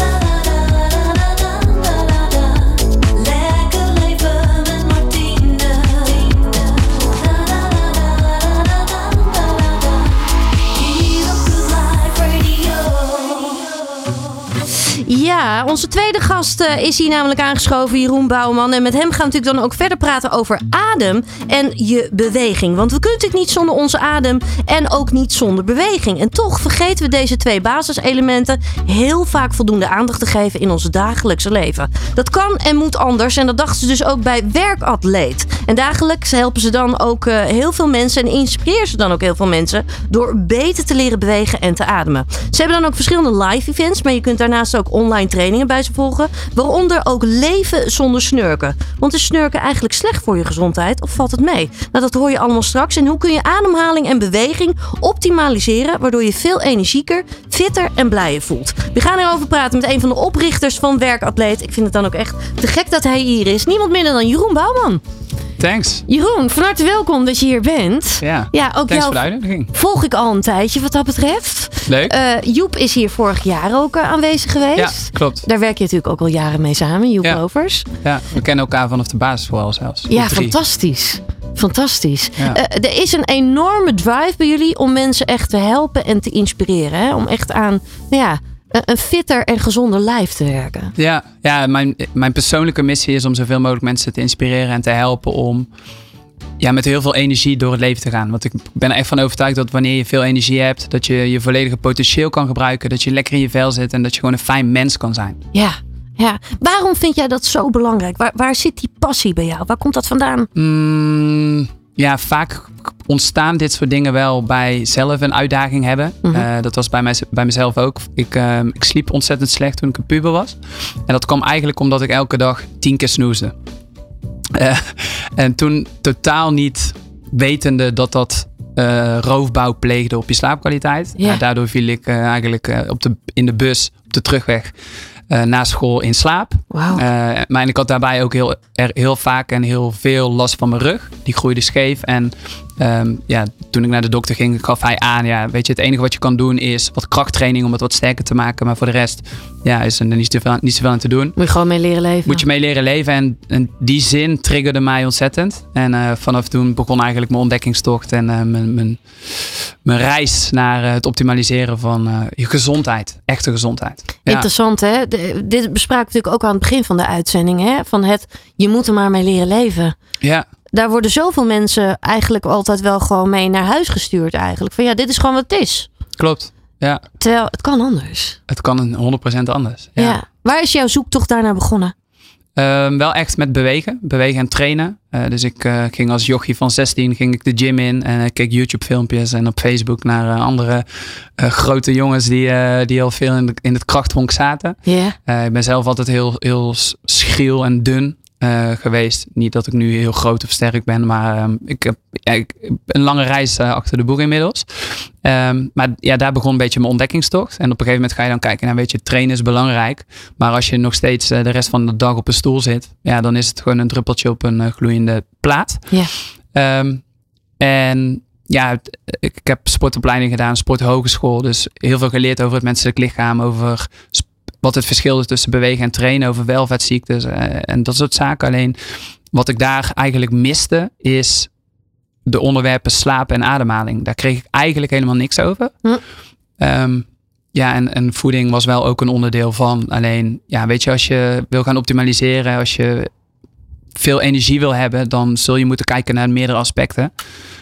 Ja, onze tweede gast is hier namelijk aangeschoven, Jeroen Bouwman. En met hem gaan we natuurlijk dan ook verder praten over adem en je beweging. Want we kunnen natuurlijk niet zonder onze adem en ook niet zonder beweging. En toch vergeten we deze twee basiselementen heel vaak voldoende aandacht te geven in ons dagelijkse leven. Dat kan en moet anders en dat dachten ze dus ook bij Werkatleet. En dagelijks helpen ze dan ook heel veel mensen en inspireren ze dan ook heel veel mensen door beter te leren bewegen en te ademen. Ze hebben dan ook verschillende live events, maar je kunt daarnaast ook online trainingen bij ze volgen. Waaronder ook leven zonder snurken. Want is snurken eigenlijk slecht voor je gezondheid of valt het mee? Nou, dat hoor je allemaal straks. En hoe kun je ademhaling en beweging optimaliseren, waardoor je veel energieker, fitter en blijer voelt? We gaan erover praten met een van de oprichters van Werkatleet. Ik vind het dan ook echt te gek dat hij hier is. Niemand minder dan Jeroen Bouwman. Thanks. Jeroen, van harte welkom dat je hier bent. Ja, ook thanks jou voor de uitnodiging. volg ik al een tijdje wat dat betreft. Leuk. Joep is hier vorig jaar ook aanwezig geweest. Ja, klopt. Daar werk je natuurlijk ook al jaren mee samen, Joep Ja. Lovers. Ja, we kennen elkaar vanaf de basisschool al zelfs. Ja, Op 3. fantastisch. Ja. Er is een enorme drive bij jullie om mensen echt te helpen en te inspireren. Hè? Om echt aan een fitter en gezonder lijf te werken. Ja, mijn persoonlijke missie is om zoveel mogelijk mensen te inspireren en te helpen om met heel veel energie door het leven te gaan. Want ik ben er echt van overtuigd dat wanneer je veel energie hebt, dat je je volledige potentieel kan gebruiken, dat je lekker in je vel zit en dat je gewoon een fijn mens kan zijn. Ja. Waarom vind jij dat zo belangrijk? Waar zit die passie bij jou? Waar komt dat vandaan? Vaak ontstaan dit soort dingen wel bij zelf een uitdaging hebben. Mm-hmm. Dat was bij mezelf ook. Ik sliep ontzettend slecht toen ik een puber was. En dat kwam eigenlijk omdat ik elke dag 10 keer snoesde. En toen totaal niet wetende dat roofbouw pleegde op je slaapkwaliteit. Ja. Daardoor viel ik eigenlijk in de bus op de terugweg na school in slaap. Wauw. Maar ik had daarbij ook heel vaak en heel veel last van mijn rug. Die groeide scheef. En toen ik naar de dokter ging, gaf hij aan. Weet je, het enige wat je kan doen is wat krachttraining om het wat sterker te maken. Maar voor de rest is er niet zoveel aan te doen. Moet je gewoon mee leren leven. Moet je mee leren leven. En die zin triggerde mij ontzettend. En vanaf toen begon eigenlijk mijn ontdekkingstocht. En mijn reis naar het optimaliseren van je gezondheid. Echte gezondheid. Ja. Interessant, hè? Dit bespraken we natuurlijk ook aan het begin van de uitzending. Hè? Van je moet er maar mee leren leven. Ja. Daar worden zoveel mensen eigenlijk altijd wel gewoon mee naar huis gestuurd eigenlijk. Van dit is gewoon wat het is. Klopt, ja. Terwijl het kan anders. Het kan 100% anders. Ja. Waar is jouw zoektocht daarnaar begonnen? Wel echt met bewegen en trainen. Dus ik ging als jochie van 16 ging ik de gym in en ik keek YouTube filmpjes en op Facebook naar andere grote jongens die al veel in het krachthonk zaten. Yeah. Ik ben zelf altijd heel schriel en dun geweest. Niet dat ik nu heel groot of sterk ben, maar ik heb een lange reis achter de boeg inmiddels. Maar daar begon een beetje mijn ontdekkingstocht. En op een gegeven moment ga je dan kijken, weet je, trainen is belangrijk. Maar als je nog steeds de rest van de dag op een stoel zit, dan is het gewoon een druppeltje op een gloeiende plaat. Yeah. Ik heb sportopleiding gedaan, sporthogeschool. Dus heel veel geleerd over het menselijk lichaam, over wat het verschil is tussen bewegen en trainen, over welvaartsziektes en dat soort zaken. Alleen wat ik daar eigenlijk miste is de onderwerpen slaap en ademhaling. Daar kreeg ik eigenlijk helemaal niks over. En voeding was wel ook een onderdeel van. Alleen, weet je, als je wil gaan optimaliseren, als je veel energie wil hebben, dan zul je moeten kijken naar meerdere aspecten.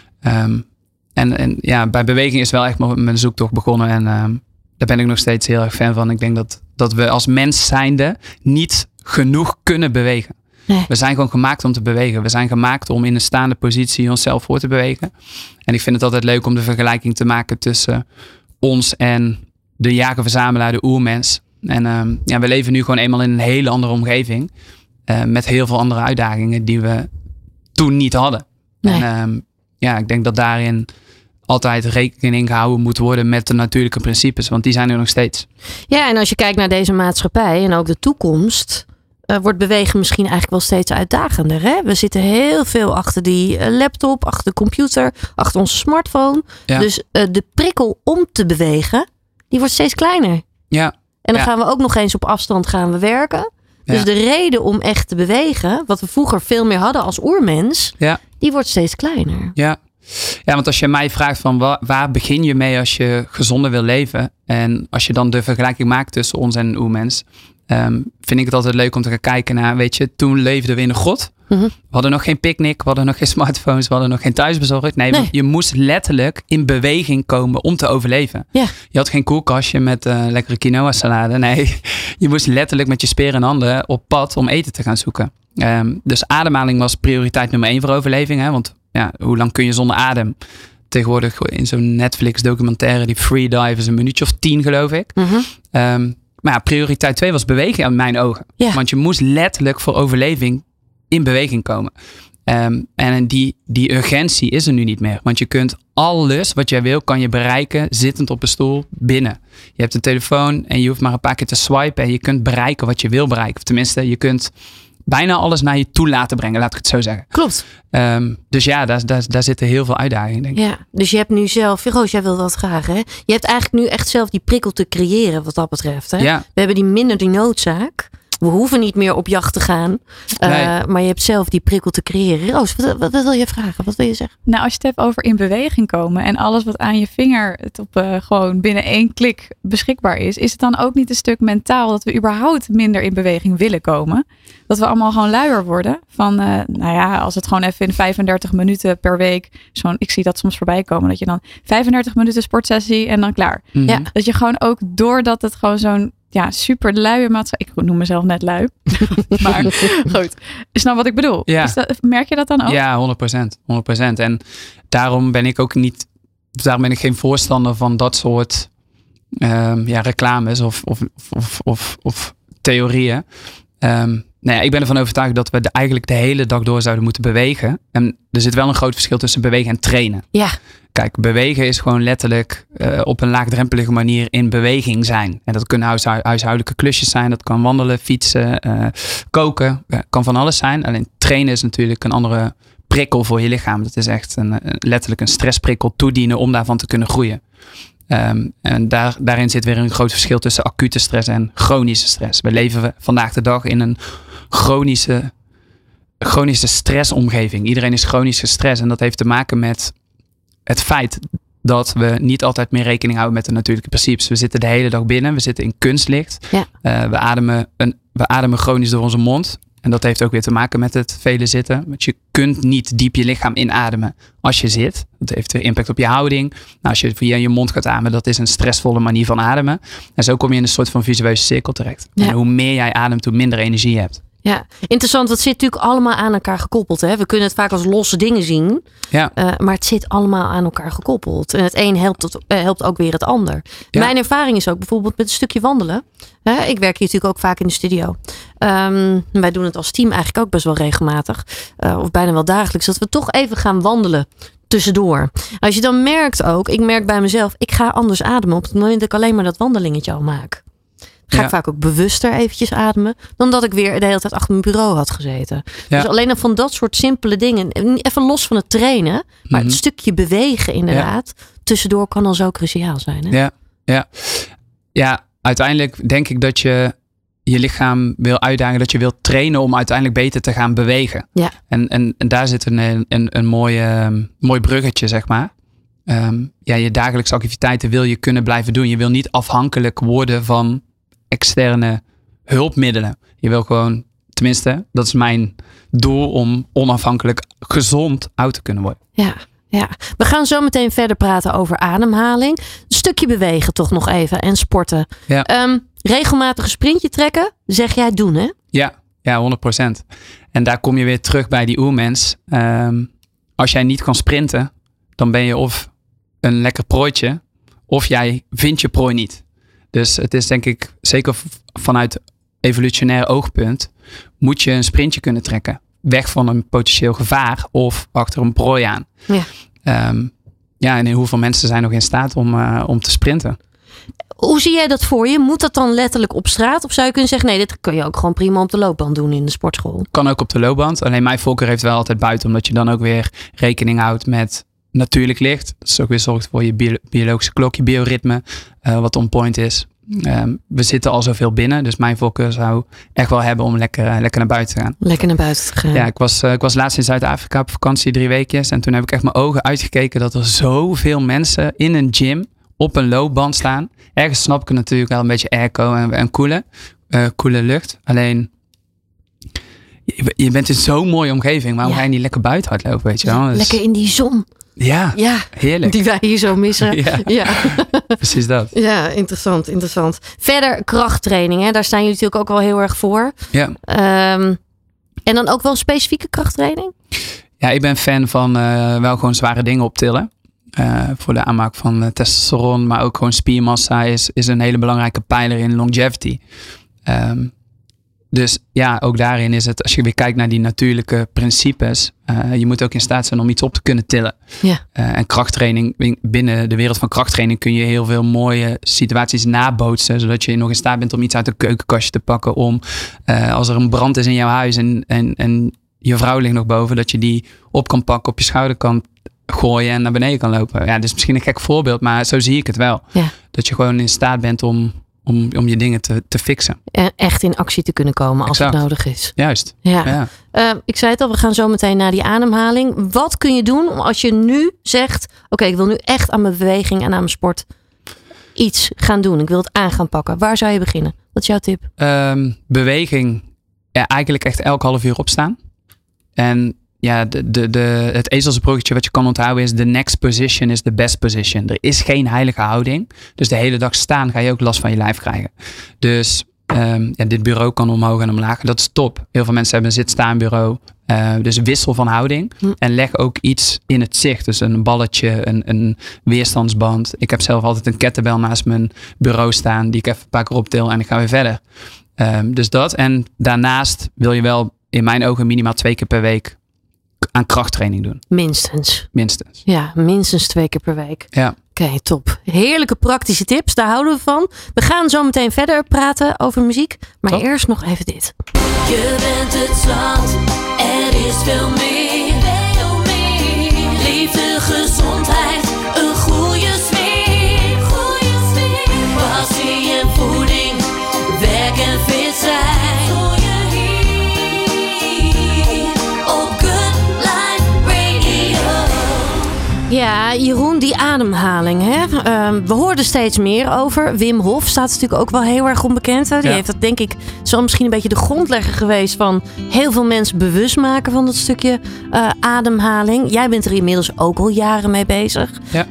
Bij beweging is wel echt mijn zoektocht begonnen en daar ben ik nog steeds heel erg fan van. Ik denk dat we als mens zijnde niet genoeg kunnen bewegen. Nee. We zijn gewoon gemaakt om te bewegen. We zijn gemaakt om in een staande positie onszelf voor te bewegen. En ik vind het altijd leuk om de vergelijking te maken tussen ons en de jager-verzamelaar, de oermens. En we leven nu gewoon eenmaal in een hele andere omgeving. Met heel veel andere uitdagingen die we toen niet hadden. Nee. En ik denk dat daarin altijd rekening gehouden moet worden met de natuurlijke principes. Want die zijn er nog steeds. Ja, en als je kijkt naar deze maatschappij en ook de toekomst, wordt bewegen misschien eigenlijk wel steeds uitdagender. Hè? We zitten heel veel achter die laptop, achter de computer, achter onze smartphone. Ja. Dus de prikkel om te bewegen, die wordt steeds kleiner. Ja. En dan gaan we ook nog eens op afstand gaan we werken. Dus Ja. de reden om echt te bewegen, wat we vroeger veel meer hadden als oermens, die wordt steeds kleiner. Ja, want als je mij vraagt van waar begin je mee als je gezonder wil leven? En als je dan de vergelijking maakt tussen ons en een oermens, vind ik het altijd leuk om te gaan kijken naar, weet je, toen leefden we in een grot. Mm-hmm. We hadden nog geen picknick, we hadden nog geen smartphones, we hadden nog geen thuisbezorgd. Nee. Je moest letterlijk in beweging komen om te overleven. Ja. Je had geen koelkastje met lekkere quinoa salade. Nee, je moest letterlijk met je speren en handen op pad om eten te gaan zoeken. Dus ademhaling was prioriteit nummer 1 voor overleving. Hè? Want hoe lang kun je zonder adem? Tegenwoordig in zo'n Netflix documentaire, die Freedive is een minuutje of 10 geloof ik. Mm-hmm. Maar prioriteit 2 was bewegen in mijn ogen. Ja. Want je moest letterlijk voor overleving in beweging komen. En die urgentie is er nu niet meer. Want je kunt alles wat jij wil, kan je bereiken zittend op een stoel binnen. Je hebt een telefoon en je hoeft maar een paar keer te swipen en je kunt bereiken wat je wil bereiken. Of tenminste, je kunt bijna alles naar je toe laten brengen, laat ik het zo zeggen. Klopt. Dus ja, daar zitten heel veel uitdagingen, denk ik. Ja, dus je hebt nu zelf, Roos, jij wil dat graag, hè? Je hebt eigenlijk nu echt zelf die prikkel te creëren wat dat betreft, hè? Ja. We hebben minder die noodzaak. We hoeven niet meer op jacht te gaan. Maar je hebt zelf die prikkel te creëren. Roos, wat wil je vragen? Wat wil je zeggen? Nou, als je het hebt over in beweging komen en alles wat aan je vinger gewoon binnen 1 klik beschikbaar is het dan ook niet een stuk mentaal dat we überhaupt minder in beweging willen komen? Dat we allemaal gewoon luier worden van, als het gewoon even in 35 minuten per week, ik zie dat soms voorbij komen, dat je dan 35 minuten sportsessie en dan klaar. Mm-hmm. Ja. Dat je gewoon ook doordat het gewoon zo'n super luie maatschappij. Ik noem mezelf net lui. Maar goed. Snap wat ik bedoel? Ja. Merk je dat dan ook? Ja, 100%. En daarom ben ik ook niet... Daarom ben ik geen voorstander van dat soort reclames of theorieën. Ik ben ervan overtuigd dat we eigenlijk de hele dag door zouden moeten bewegen. En er zit wel een groot verschil tussen bewegen en trainen. Ja. Kijk, bewegen is gewoon letterlijk op een laagdrempelige manier in beweging zijn. En dat kunnen huishoudelijke klusjes zijn. Dat kan wandelen, fietsen, koken. Kan van alles zijn. Alleen trainen is natuurlijk een andere prikkel voor je lichaam. Dat is echt letterlijk een stressprikkel toedienen om daarvan te kunnen groeien. En daarin zit weer een groot verschil tussen acute stress en chronische stress. We leven vandaag de dag in een chronische stressomgeving. Iedereen is chronisch gestrest en dat heeft te maken met het feit dat we niet altijd meer rekening houden met de natuurlijke principes. We zitten de hele dag binnen, we zitten in kunstlicht. Ja. We ademen chronisch door onze mond. En dat heeft ook weer te maken met het vele zitten. Want je kunt niet diep je lichaam inademen als je zit. Dat heeft weer impact op je houding. Nou, als je via je mond gaat ademen, dat is een stressvolle manier van ademen. En zo kom je in een soort van visueuze cirkel terecht. Ja. En hoe meer jij ademt, hoe minder energie je hebt. Ja, interessant. Het zit natuurlijk allemaal aan elkaar gekoppeld. Hè? We kunnen het vaak als losse dingen zien. Ja. Maar het zit allemaal aan elkaar gekoppeld. En het een helpt ook weer het ander. Ja. Mijn ervaring is ook bijvoorbeeld met een stukje wandelen. Ik werk hier natuurlijk ook vaak in de studio. Wij doen het als team eigenlijk ook best wel regelmatig. Of bijna wel dagelijks. Dat we toch even gaan wandelen tussendoor. Als je dan merkt ook, ik merk bij mezelf, ik ga anders ademen op het moment dat ik alleen maar dat wandelingetje al maak. Ga ik vaak ook bewuster eventjes ademen. Dan dat ik weer de hele tijd achter mijn bureau had gezeten. Ja. Dus alleen nog van dat soort simpele dingen. Even los van het trainen. Maar het stukje bewegen inderdaad. Ja. Tussendoor kan al zo cruciaal zijn. Hè? Ja, uiteindelijk denk ik dat je je lichaam wil uitdagen. Dat je wilt trainen om uiteindelijk beter te gaan bewegen. Ja. En daar zit een mooi bruggetje, zeg maar. Je dagelijkse activiteiten wil je kunnen blijven doen. Je wil niet afhankelijk worden van externe hulpmiddelen. Je wil gewoon, tenminste, dat is mijn doel, om onafhankelijk gezond oud te kunnen worden. Ja. We gaan zo meteen verder praten over ademhaling. Een stukje bewegen toch nog even en sporten. Ja. Regelmatig een sprintje trekken, zeg jij doen, hè? Ja, 100%. En daar kom je weer terug bij die oermens. Als jij niet kan sprinten, dan ben je of een lekker prooitje, of jij vindt je prooi niet. Dus het is denk ik, zeker vanuit evolutionair oogpunt, moet je een sprintje kunnen trekken. Weg van een potentieel gevaar of achter een prooi aan. Ja. En hoeveel mensen zijn nog in staat om te sprinten? Hoe zie jij dat voor je? Moet dat dan letterlijk op straat? Of zou je kunnen zeggen, nee, dit kun je ook gewoon prima op de loopband doen in de sportschool? Kan ook op de loopband. Alleen mijn voorkeur heeft wel altijd buiten. Omdat je dan ook weer rekening houdt met natuurlijk licht. Dus ook weer zorgt voor je biologische klok, je bioritme, wat on point is. We zitten al zoveel binnen. Dus mijn voorkeur zou echt wel hebben om lekker naar buiten te gaan. Lekker naar buiten te gaan. Ja, ik was laatst in Zuid-Afrika op vakantie 3 weekjes. En toen heb ik echt mijn ogen uitgekeken dat er zoveel mensen in een gym op een loopband staan. Ergens snap ik het natuurlijk wel een beetje airco en koele lucht. Alleen, je bent in zo'n mooie omgeving. Waarom ga je niet lekker buiten hardlopen, weet je wel? Dus, lekker in die zon. Ja, heerlijk. Die wij hier zo missen. Ja. Precies dat. Ja, interessant. Verder krachttraining, hè? Daar staan jullie natuurlijk ook wel heel erg voor. Ja. En dan ook wel specifieke krachttraining? Ja, ik ben fan van wel gewoon zware dingen optillen. Voor de aanmaak van testosteron, maar ook gewoon spiermassa is een hele belangrijke pijler in longevity. Dus ja, ook daarin is het, als je weer kijkt naar die natuurlijke principes, je moet ook in staat zijn om iets op te kunnen tillen. Ja. En krachttraining, binnen de wereld van krachttraining kun je heel veel mooie situaties nabootsen, zodat je nog in staat bent om iets uit de keukenkastje te pakken, om als er een brand is in jouw huis en je vrouw ligt nog boven, dat je die op kan pakken, op je schouder kan gooien en naar beneden kan lopen. Ja, dit is misschien een gek voorbeeld, maar zo zie ik het wel. Ja. Dat je gewoon in staat bent om je dingen te fixen. En echt in actie te kunnen komen als het nodig is. Juist. Ja. Ik zei het al, we gaan zo meteen naar die ademhaling. Wat kun je doen als je nu zegt, oké, ik wil nu echt aan mijn beweging en aan mijn sport iets gaan doen. Ik wil het aan gaan pakken. Waar zou je beginnen? Wat is jouw tip? Beweging. Ja, eigenlijk echt elk half uur opstaan. En ja, het ezelsbruggetje wat je kan onthouden is: the next position is the best position. Er is geen heilige houding. Dus de hele dag staan ga je ook last van je lijf krijgen. Dus dit bureau kan omhoog en omlaag. Dat is top. Heel veel mensen hebben een zit-staan-bureau. Dus wissel van houding. En leg ook iets in het zicht. Dus een balletje, een weerstandsband. Ik heb zelf altijd een kettlebell naast mijn bureau staan. Die ik even een paar keer optil en ik ga weer verder. Dus dat. En daarnaast wil je wel in mijn ogen minimaal 2 keer per week aan krachttraining doen. Minstens. Ja, minstens 2 keer per week. Ja. Oké, top. Heerlijke praktische tips, daar houden we van. We gaan zo meteen verder praten over muziek. Maar eerst nog even dit. Je bent het zand, er is veel meer. Liefde, gezondheid, een goede sfeer. Passie en voeding, werk en fit zijn. Ja, Jeroen, die ademhaling. Hè? We hoorden steeds meer over. Wim Hof staat natuurlijk ook wel heel erg onbekend. Hè? Die heeft dat, denk ik, zo misschien een beetje de grondlegger geweest van heel veel mensen bewust maken van dat stukje ademhaling. Jij bent er inmiddels ook al jaren mee bezig. Ja.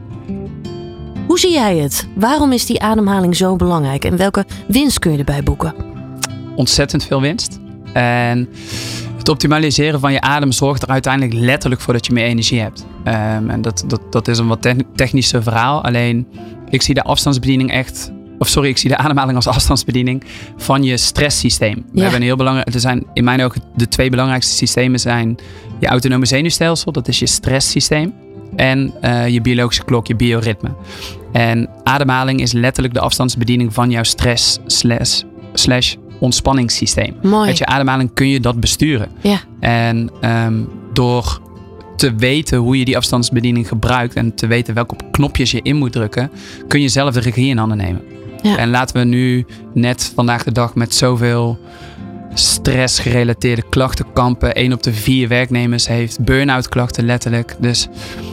Hoe zie jij het? Waarom is die ademhaling zo belangrijk? En welke winst kun je erbij boeken? Ontzettend veel winst. En het optimaliseren van je adem zorgt er uiteindelijk letterlijk voor dat je meer energie hebt. En dat is een wat technische verhaal. Alleen, ik zie de ademhaling als afstandsbediening van je stresssysteem. We hebben een heel belangrijk. Er zijn in mijn ogen de 2 belangrijkste systemen zijn je autonome zenuwstelsel, dat is je stresssysteem, en je biologische klok, je bioritme. En ademhaling is letterlijk de afstandsbediening van jouw stress / ontspanningssysteem. Mooi. Met je ademhaling kun je dat besturen. Ja. En door te weten hoe je die afstandsbediening gebruikt en te weten welke knopjes je in moet drukken, kun je zelf de regie in handen nemen. Ja. En laten we nu net vandaag de dag met zoveel stressgerelateerde klachten kampen. 1 op de 4 werknemers heeft burn-out klachten letterlijk. Dus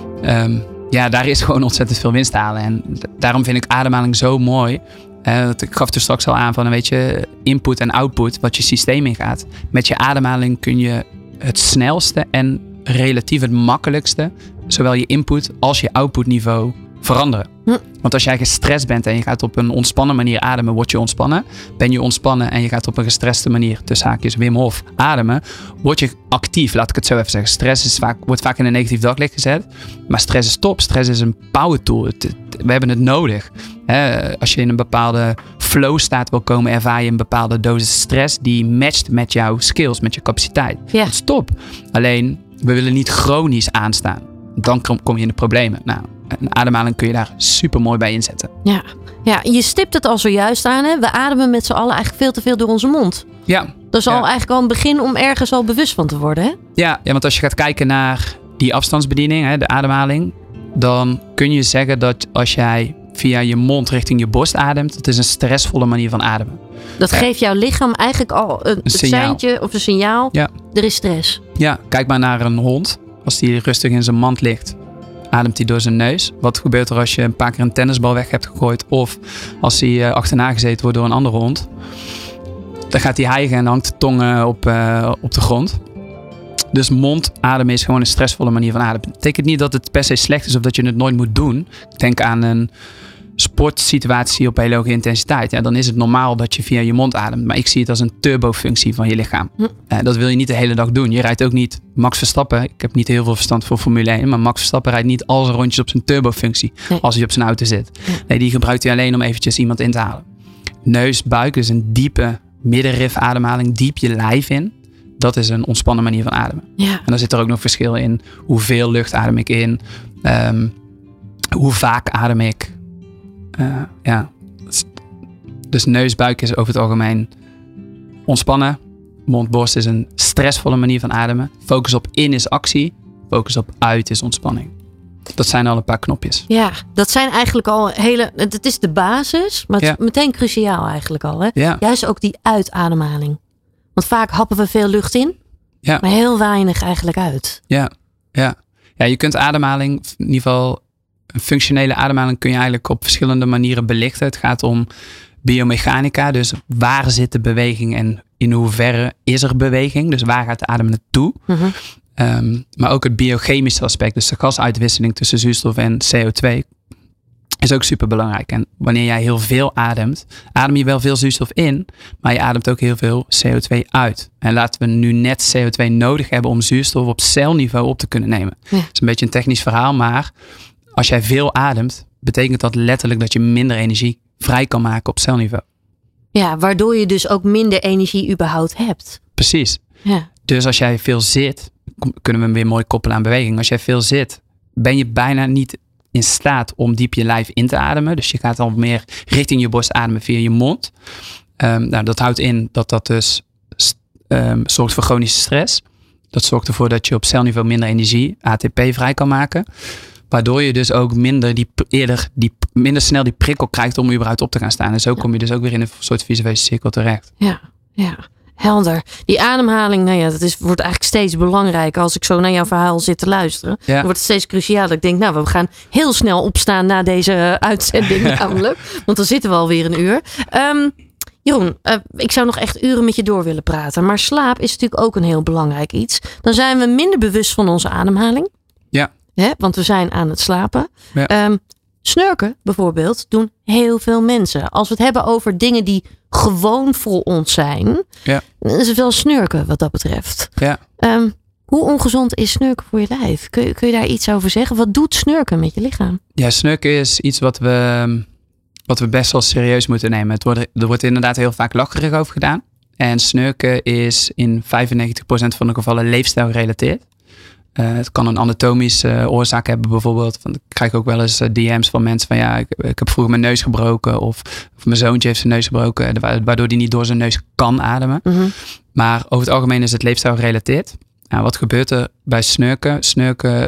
daar is gewoon ontzettend veel winst te halen. En daarom vind ik ademhaling zo mooi. Ik gaf er straks al aan van, weet je, input en output, wat je systeem ingaat. Met je ademhaling kun je het snelste en relatief het makkelijkste zowel je input als je output niveau veranderen. Want als jij gestrest bent en je gaat op een ontspannen manier ademen, word je ontspannen. Ben je ontspannen en je gaat op een gestreste manier, tussen haakjes Wim Hof, ademen, word je actief, laat ik het zo even zeggen. Stress wordt vaak in een negatief daglicht gezet. Maar stress is top. Stress is een power tool. We hebben het nodig. Als je in een bepaalde flow staat wil komen, ervaar je een bepaalde dosis stress die matcht met jouw skills, met je capaciteit. Ja. Dat is top. Alleen, we willen niet chronisch aanstaan. Dan kom je in de problemen. Nou, een ademhaling kun je daar super mooi bij inzetten. Ja, je stipt het al zojuist aan. Hè? We ademen met z'n allen eigenlijk veel te veel door onze mond. Ja. Dat is al eigenlijk al een begin om ergens al bewust van te worden. Hè? Ja, want als je gaat kijken naar die afstandsbediening, de ademhaling, dan kun je zeggen dat als jij via je mond richting je borst ademt, dat is een stressvolle manier van ademen. Dat geeft jouw lichaam eigenlijk al een seintje of een signaal. Ja. Er is stress. Ja, kijk maar naar een hond. Als die rustig in zijn mand ligt, ademt hij door zijn neus. Wat gebeurt er als je een paar keer een tennisbal weg hebt gegooid, of als hij achterna gezeten wordt door een andere hond? Dan gaat hij hijgen en hangt de tong op de grond. Dus mondademen is gewoon een stressvolle manier van ademen. Dat betekent niet dat het per se slecht is of dat je het nooit moet doen. Denk aan een sportsituatie op hele hoge intensiteit. Ja, dan is het normaal dat je via je mond ademt. Maar ik zie het als een turbofunctie van je lichaam. Dat wil je niet de hele dag doen. Je rijdt ook niet Max Verstappen. Ik heb niet heel veel verstand voor Formule 1. Maar Max Verstappen rijdt niet al zijn rondjes op zijn turbofunctie. Nee. Als hij op zijn auto zit. Nee, die gebruikt hij alleen om eventjes iemand in te halen. Neus, buik is een diepe middenrif ademhaling, diep je lijf in. Dat is een ontspannen manier van ademen. Ja. En dan zit er ook nog verschil in. Hoeveel lucht adem ik in? Hoe vaak adem ik? Dus neus-buik is over het algemeen ontspannen. Mond-borst is een stressvolle manier van ademen. Focus op in is actie. Focus op uit is ontspanning. Dat zijn al een paar knopjes. Ja, dat zijn eigenlijk al het is de basis, maar het is meteen cruciaal eigenlijk al. Hè? Ja. Juist ook die uitademhaling. Want vaak happen we veel lucht in, Ja. maar heel weinig eigenlijk uit. Ja, je kunt ademhaling, in ieder geval een functionele ademhaling kun je eigenlijk op verschillende manieren belichten. Het gaat om biomechanica, dus waar zit de beweging en in hoeverre is er beweging? Dus waar gaat de adem naartoe? Mhm. Maar ook het biochemische aspect, dus de gasuitwisseling tussen zuurstof en CO2 is ook super belangrijk. En wanneer jij heel veel ademt, adem je wel veel zuurstof in, maar je ademt ook heel veel CO2 uit. En laten we nu net CO2 nodig hebben om zuurstof op celniveau op te kunnen nemen. Ja. Dat is een beetje een technisch verhaal, maar als jij veel ademt, betekent dat letterlijk dat je minder energie vrij kan maken op celniveau. Ja, waardoor je dus ook minder energie überhaupt hebt. Precies. Ja. Dus als jij veel zit, kunnen we hem weer mooi koppelen aan beweging. Als jij veel zit, ben je bijna niet in staat om diep je lijf in te ademen. Dus je gaat al meer richting je borst ademen via je mond. Dat houdt in dat dus zorgt voor chronische stress. Dat zorgt ervoor dat je op celniveau minder energie, ATP, vrij kan maken. Waardoor je dus ook minder snel die prikkel krijgt om überhaupt op te gaan staan. En zo kom je dus ook weer in een soort visuele cirkel terecht. Ja. Helder. Die ademhaling, wordt eigenlijk steeds belangrijker. Als ik zo naar jouw verhaal zit te luisteren, dan wordt het steeds crucialer. Ik denk, we gaan heel snel opstaan na deze uitzending namelijk. Want dan zitten we alweer een uur. Jeroen, ik zou nog echt uren met je door willen praten. Maar slaap is natuurlijk ook een heel belangrijk iets. Dan zijn we minder bewust van onze ademhaling. Ja. Want we zijn aan het slapen. Ja. Snurken bijvoorbeeld doen heel veel mensen. Als we het hebben over dingen die gewoon voor ons zijn, dan is het wel snurken wat dat betreft. Ja. Hoe ongezond is snurken voor je lijf? Kun je daar iets over zeggen? Wat doet snurken met je lichaam? Ja, snurken is iets wat we best wel serieus moeten nemen. Er wordt inderdaad heel vaak lacherig over gedaan. En snurken is in 95% van de gevallen leefstijl gerelateerd. Het kan een anatomische oorzaak hebben bijvoorbeeld. Ik krijg ook wel eens DM's van mensen van ik heb vroeger mijn neus gebroken. Of mijn zoontje heeft zijn neus gebroken. Waardoor hij niet door zijn neus kan ademen. Mm-hmm. Maar over het algemeen is het leefstijl gerelateerd. Wat gebeurt er bij snurken? Snurken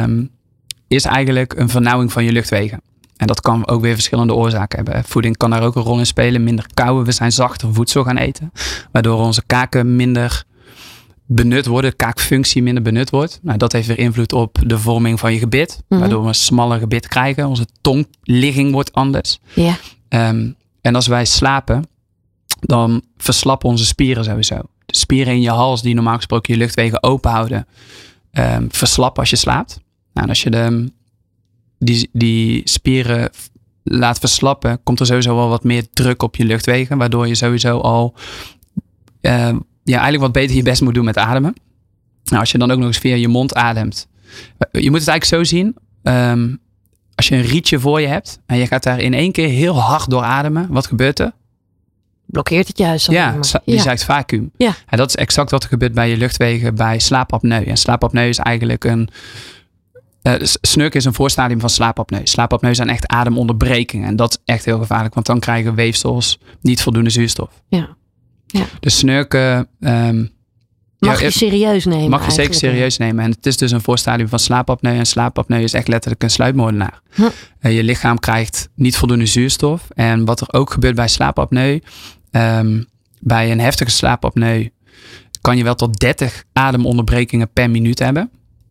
is eigenlijk een vernauwing van je luchtwegen. En dat kan ook weer verschillende oorzaken hebben. Voeding kan daar ook een rol in spelen. Minder kauwen. We zijn zachter voedsel gaan eten. Waardoor onze kaken minder benut worden, de kaakfunctie minder benut wordt. Dat heeft weer invloed op de vorming van je gebit. Mm-hmm. Waardoor we een smaller gebit krijgen. Onze tongligging wordt anders. Yeah. En als wij slapen, dan verslappen onze spieren sowieso. De spieren in je hals die normaal gesproken je luchtwegen open houden, verslappen als je slaapt. En als je die spieren laat verslappen, komt er sowieso wel wat meer druk op je luchtwegen. Waardoor je sowieso al eigenlijk wat beter je best moet doen met ademen. Als je dan ook nog eens via je mond ademt. Je moet het eigenlijk zo zien. Als je een rietje voor je hebt en je gaat daar in één keer heel hard door ademen. Wat gebeurt er? Blokkeert het juist. Je zuigt vacuüm. Ja. En dat is exact wat er gebeurt bij je luchtwegen bij slaapapneu. En slaapapneu is eigenlijk snurken is een voorstadium van slaapapneu. Slaapapneu zijn echt ademonderbrekingen. En dat is echt heel gevaarlijk. Want dan krijgen weefsels niet voldoende zuurstof. Ja. Dus snurken mag je serieus nemen. Mag je zeker serieus nemen. En het is dus een voorstadium van slaapapneu. En slaapapneu is echt letterlijk een sluipmoordenaar. Je lichaam krijgt niet voldoende zuurstof. En wat er ook gebeurt bij slaapapneu. Bij een heftige slaapapneu kan je wel tot 30 ademonderbrekingen per minuut hebben.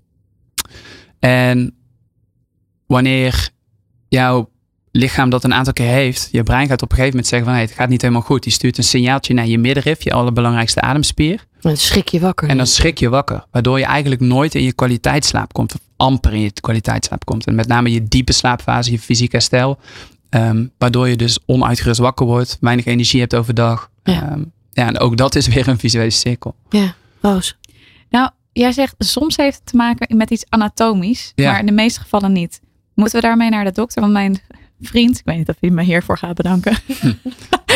En wanneer jouw lichaam dat een aantal keer heeft, je brein gaat op een gegeven moment zeggen van het gaat niet helemaal goed. Die stuurt een signaaltje naar je middenrif, je allerbelangrijkste ademspier. En dan schrik je wakker. En dan schrik je wakker. Waardoor je eigenlijk nooit in je kwaliteitsslaap komt. Of amper in je kwaliteitsslaap komt. En met name je diepe slaapfase, je fysiek herstel. Waardoor je dus onuitgerust wakker wordt. Weinig energie hebt overdag. Ja. En ook dat is weer een visuele cirkel. Ja, Roos. Nou, jij zegt soms heeft het te maken met iets anatomisch. Ja. Maar in de meeste gevallen niet. Moeten we daarmee naar de dokter? Want mijn vriend, ik weet niet of hij me hiervoor gaat bedanken.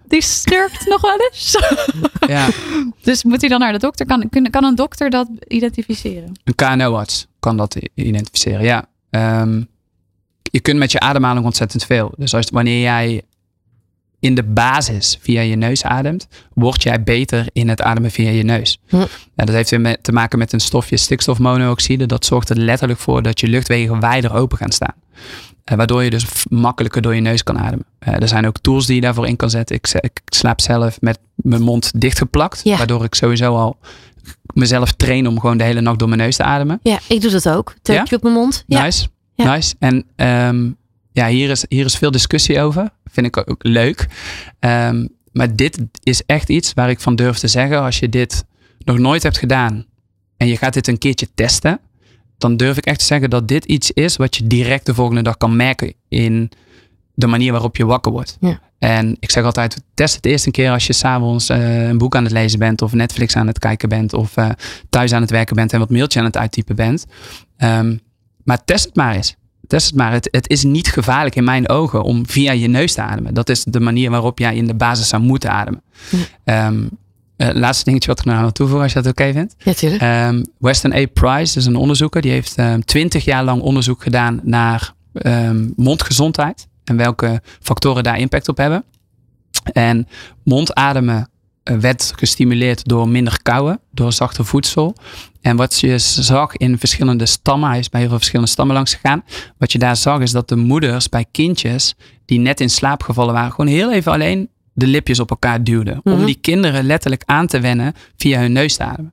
die sturkt nog wel eens. Ja. Dus moet hij dan naar de dokter? Kan een dokter dat identificeren? Een KNO-arts kan dat identificeren, ja. Je kunt met je ademhaling ontzettend veel. Dus wanneer jij in de basis via je neus ademt, word jij beter in het ademen via je neus. Ja, dat heeft weer te maken met een stofje stikstofmonoxide. Dat zorgt er letterlijk voor dat je luchtwegen wijder open gaan staan. Waardoor je dus makkelijker door je neus kan ademen. Er zijn ook tools die je daarvoor in kan zetten. Ik slaap zelf met mijn mond dichtgeplakt. Ja. Waardoor ik sowieso al mezelf train om gewoon de hele nacht door mijn neus te ademen. Ja, ik doe dat ook. Teukje op mijn mond. Ja. Nice. En hier is veel discussie over. Vind ik ook leuk. Maar dit is echt iets waar ik van durf te zeggen. Als je dit nog nooit hebt gedaan en je gaat dit een keertje testen, dan durf ik echt te zeggen dat dit iets is wat je direct de volgende dag kan merken in de manier waarop je wakker wordt. Ja. En ik zeg altijd, test het eerst een keer als je 's avonds een boek aan het lezen bent of Netflix aan het kijken bent of thuis aan het werken bent en wat mailtje aan het uittypen bent. Maar test het maar eens. Test het maar. Het is niet gevaarlijk in mijn ogen om via je neus te ademen. Dat is de manier waarop jij in de basis zou moeten ademen. Ja. Laatste dingetje wat ik nou aan wil toevoegen, als je dat oké vindt. Ja, tuurlijk. Weston A. Price, dus een onderzoeker, die heeft 20 jaar lang onderzoek gedaan naar mondgezondheid en welke factoren daar impact op hebben. En mondademen werd gestimuleerd door minder kauwen, door zachter voedsel. En wat je zag in verschillende stammen, hij is bij heel veel verschillende stammen langs gegaan. Wat je daar zag is dat de moeders bij kindjes die net in slaap gevallen waren, gewoon heel even alleen de lipjes op elkaar duwden. Mm-hmm. Om die kinderen letterlijk aan te wennen via hun neus te ademen.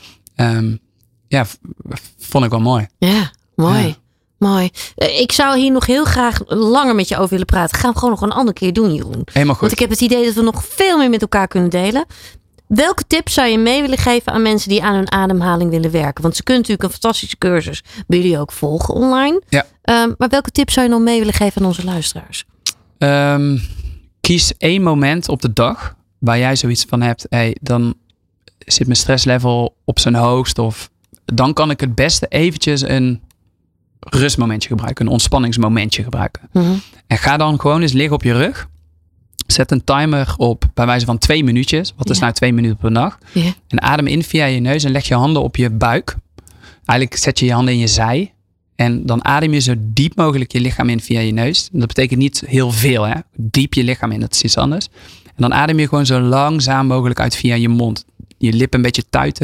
Vond ik wel mooi. Ja, mooi. Ja. Mooi. Ik zou hier nog heel graag langer met je over willen praten. Gaan we gewoon nog een andere keer doen, Jeroen. Helemaal goed. Want ik heb het idee dat we nog veel meer met elkaar kunnen delen. Welke tips zou je mee willen geven aan mensen die aan hun ademhaling willen werken? Want ze kunnen natuurlijk een fantastische cursus bij jullie ook volgen online. Ja. Maar welke tips zou je nog mee willen geven aan onze luisteraars? Kies 1 moment op de dag waar jij zoiets van hebt. Dan zit mijn stresslevel op zijn hoogst. Of dan kan ik het beste eventjes een rustmomentje gebruiken. Een ontspanningsmomentje gebruiken. Mm-hmm. En ga dan gewoon eens liggen op je rug. Zet een timer op bij wijze van 2 minuutjes. Wat is nou 2 minuten per dag? Yeah. En adem in via je neus en leg je handen op je buik. Eigenlijk zet je je handen in je zij. En dan adem je zo diep mogelijk je lichaam in via je neus. Dat betekent niet heel veel. Hè? Diep je lichaam in, dat is iets anders. En dan adem je gewoon zo langzaam mogelijk uit via je mond. Je lippen een beetje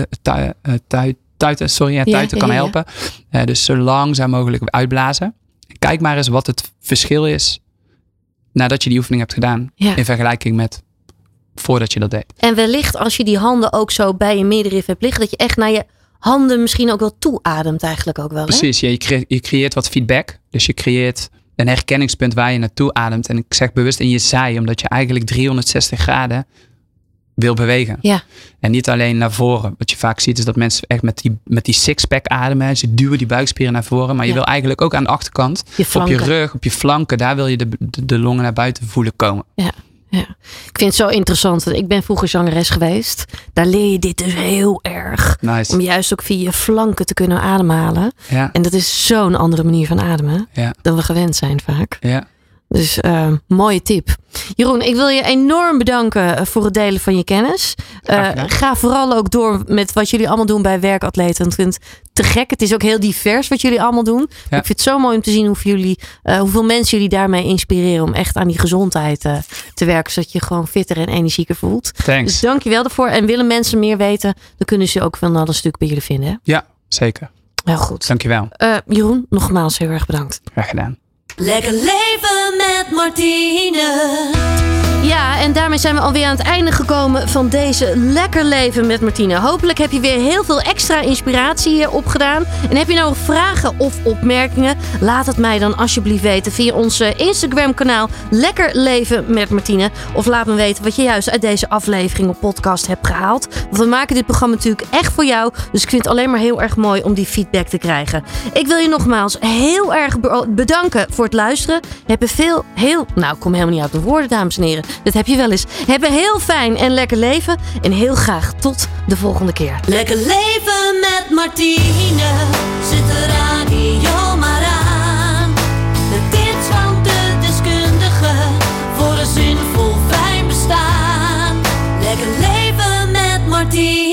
tuiten kan helpen. Dus zo langzaam mogelijk uitblazen. Kijk maar eens wat het verschil is nadat je die oefening hebt gedaan. Ja. In vergelijking met voordat je dat deed. En wellicht als je die handen ook zo bij je middenrif hebt liggen, dat je echt naar je handen misschien ook wel toeademt eigenlijk ook wel. Precies, ja, je creëert wat feedback. Dus je creëert een herkenningspunt waar je naartoe ademt. En ik zeg bewust in je zij, omdat je eigenlijk 360 graden wil bewegen. Ja. En niet alleen naar voren. Wat je vaak ziet is dat mensen echt met die sixpack ademen. Ze duwen die buikspieren naar voren. Maar je wil eigenlijk ook aan de achterkant, op je rug, op je flanken, daar wil je de longen naar buiten voelen komen. Ja. Ja. Ik vind het zo interessant. Want ik ben vroeger zangeres geweest. Daar leer je dit dus heel erg. Nice. Om juist ook via je flanken te kunnen ademhalen. Ja. En dat is zo'n andere manier van ademen. Ja. Dan we gewend zijn vaak. Ja. Dus mooie tip. Jeroen, ik wil je enorm bedanken voor het delen van je kennis. Ga vooral ook door met wat jullie allemaal doen bij Werkatleten. Ik vind het te gek. Het is ook heel divers wat jullie allemaal doen. Ja. Ik vind het zo mooi om te zien hoeveel mensen jullie daarmee inspireren om echt aan die gezondheid te werken. Zodat je gewoon fitter en energieker voelt. Thanks. Dus dank je wel daarvoor. En willen mensen meer weten, dan kunnen ze ook wel een stuk bij jullie vinden. Hè? Ja, zeker. Heel goed. Dank je wel. Jeroen, nogmaals heel erg bedankt. Graag gedaan. Lekker leven met Martine. Ja, en daarmee zijn we alweer aan het einde gekomen van deze Lekker Leven met Martine. Hopelijk heb je weer heel veel extra inspiratie opgedaan. En heb je nou vragen of opmerkingen? Laat het mij dan alsjeblieft weten via onze Instagram kanaal Lekker Leven met Martine. Of laat me weten wat je juist uit deze aflevering op podcast hebt gehaald. Want we maken dit programma natuurlijk echt voor jou. Dus ik vind het alleen maar heel erg mooi om die feedback te krijgen. Ik wil je nogmaals heel erg bedanken voor het luisteren. Heb je ik kom helemaal niet uit mijn woorden, dames en heren. Dat heb je wel eens. Heb een heel fijn en lekker leven. En heel graag tot de volgende keer. Lekker leven met Martine. Zet de radio maar aan. De tips van de deskundige. Voor een zinvol fijn bestaan. Martine.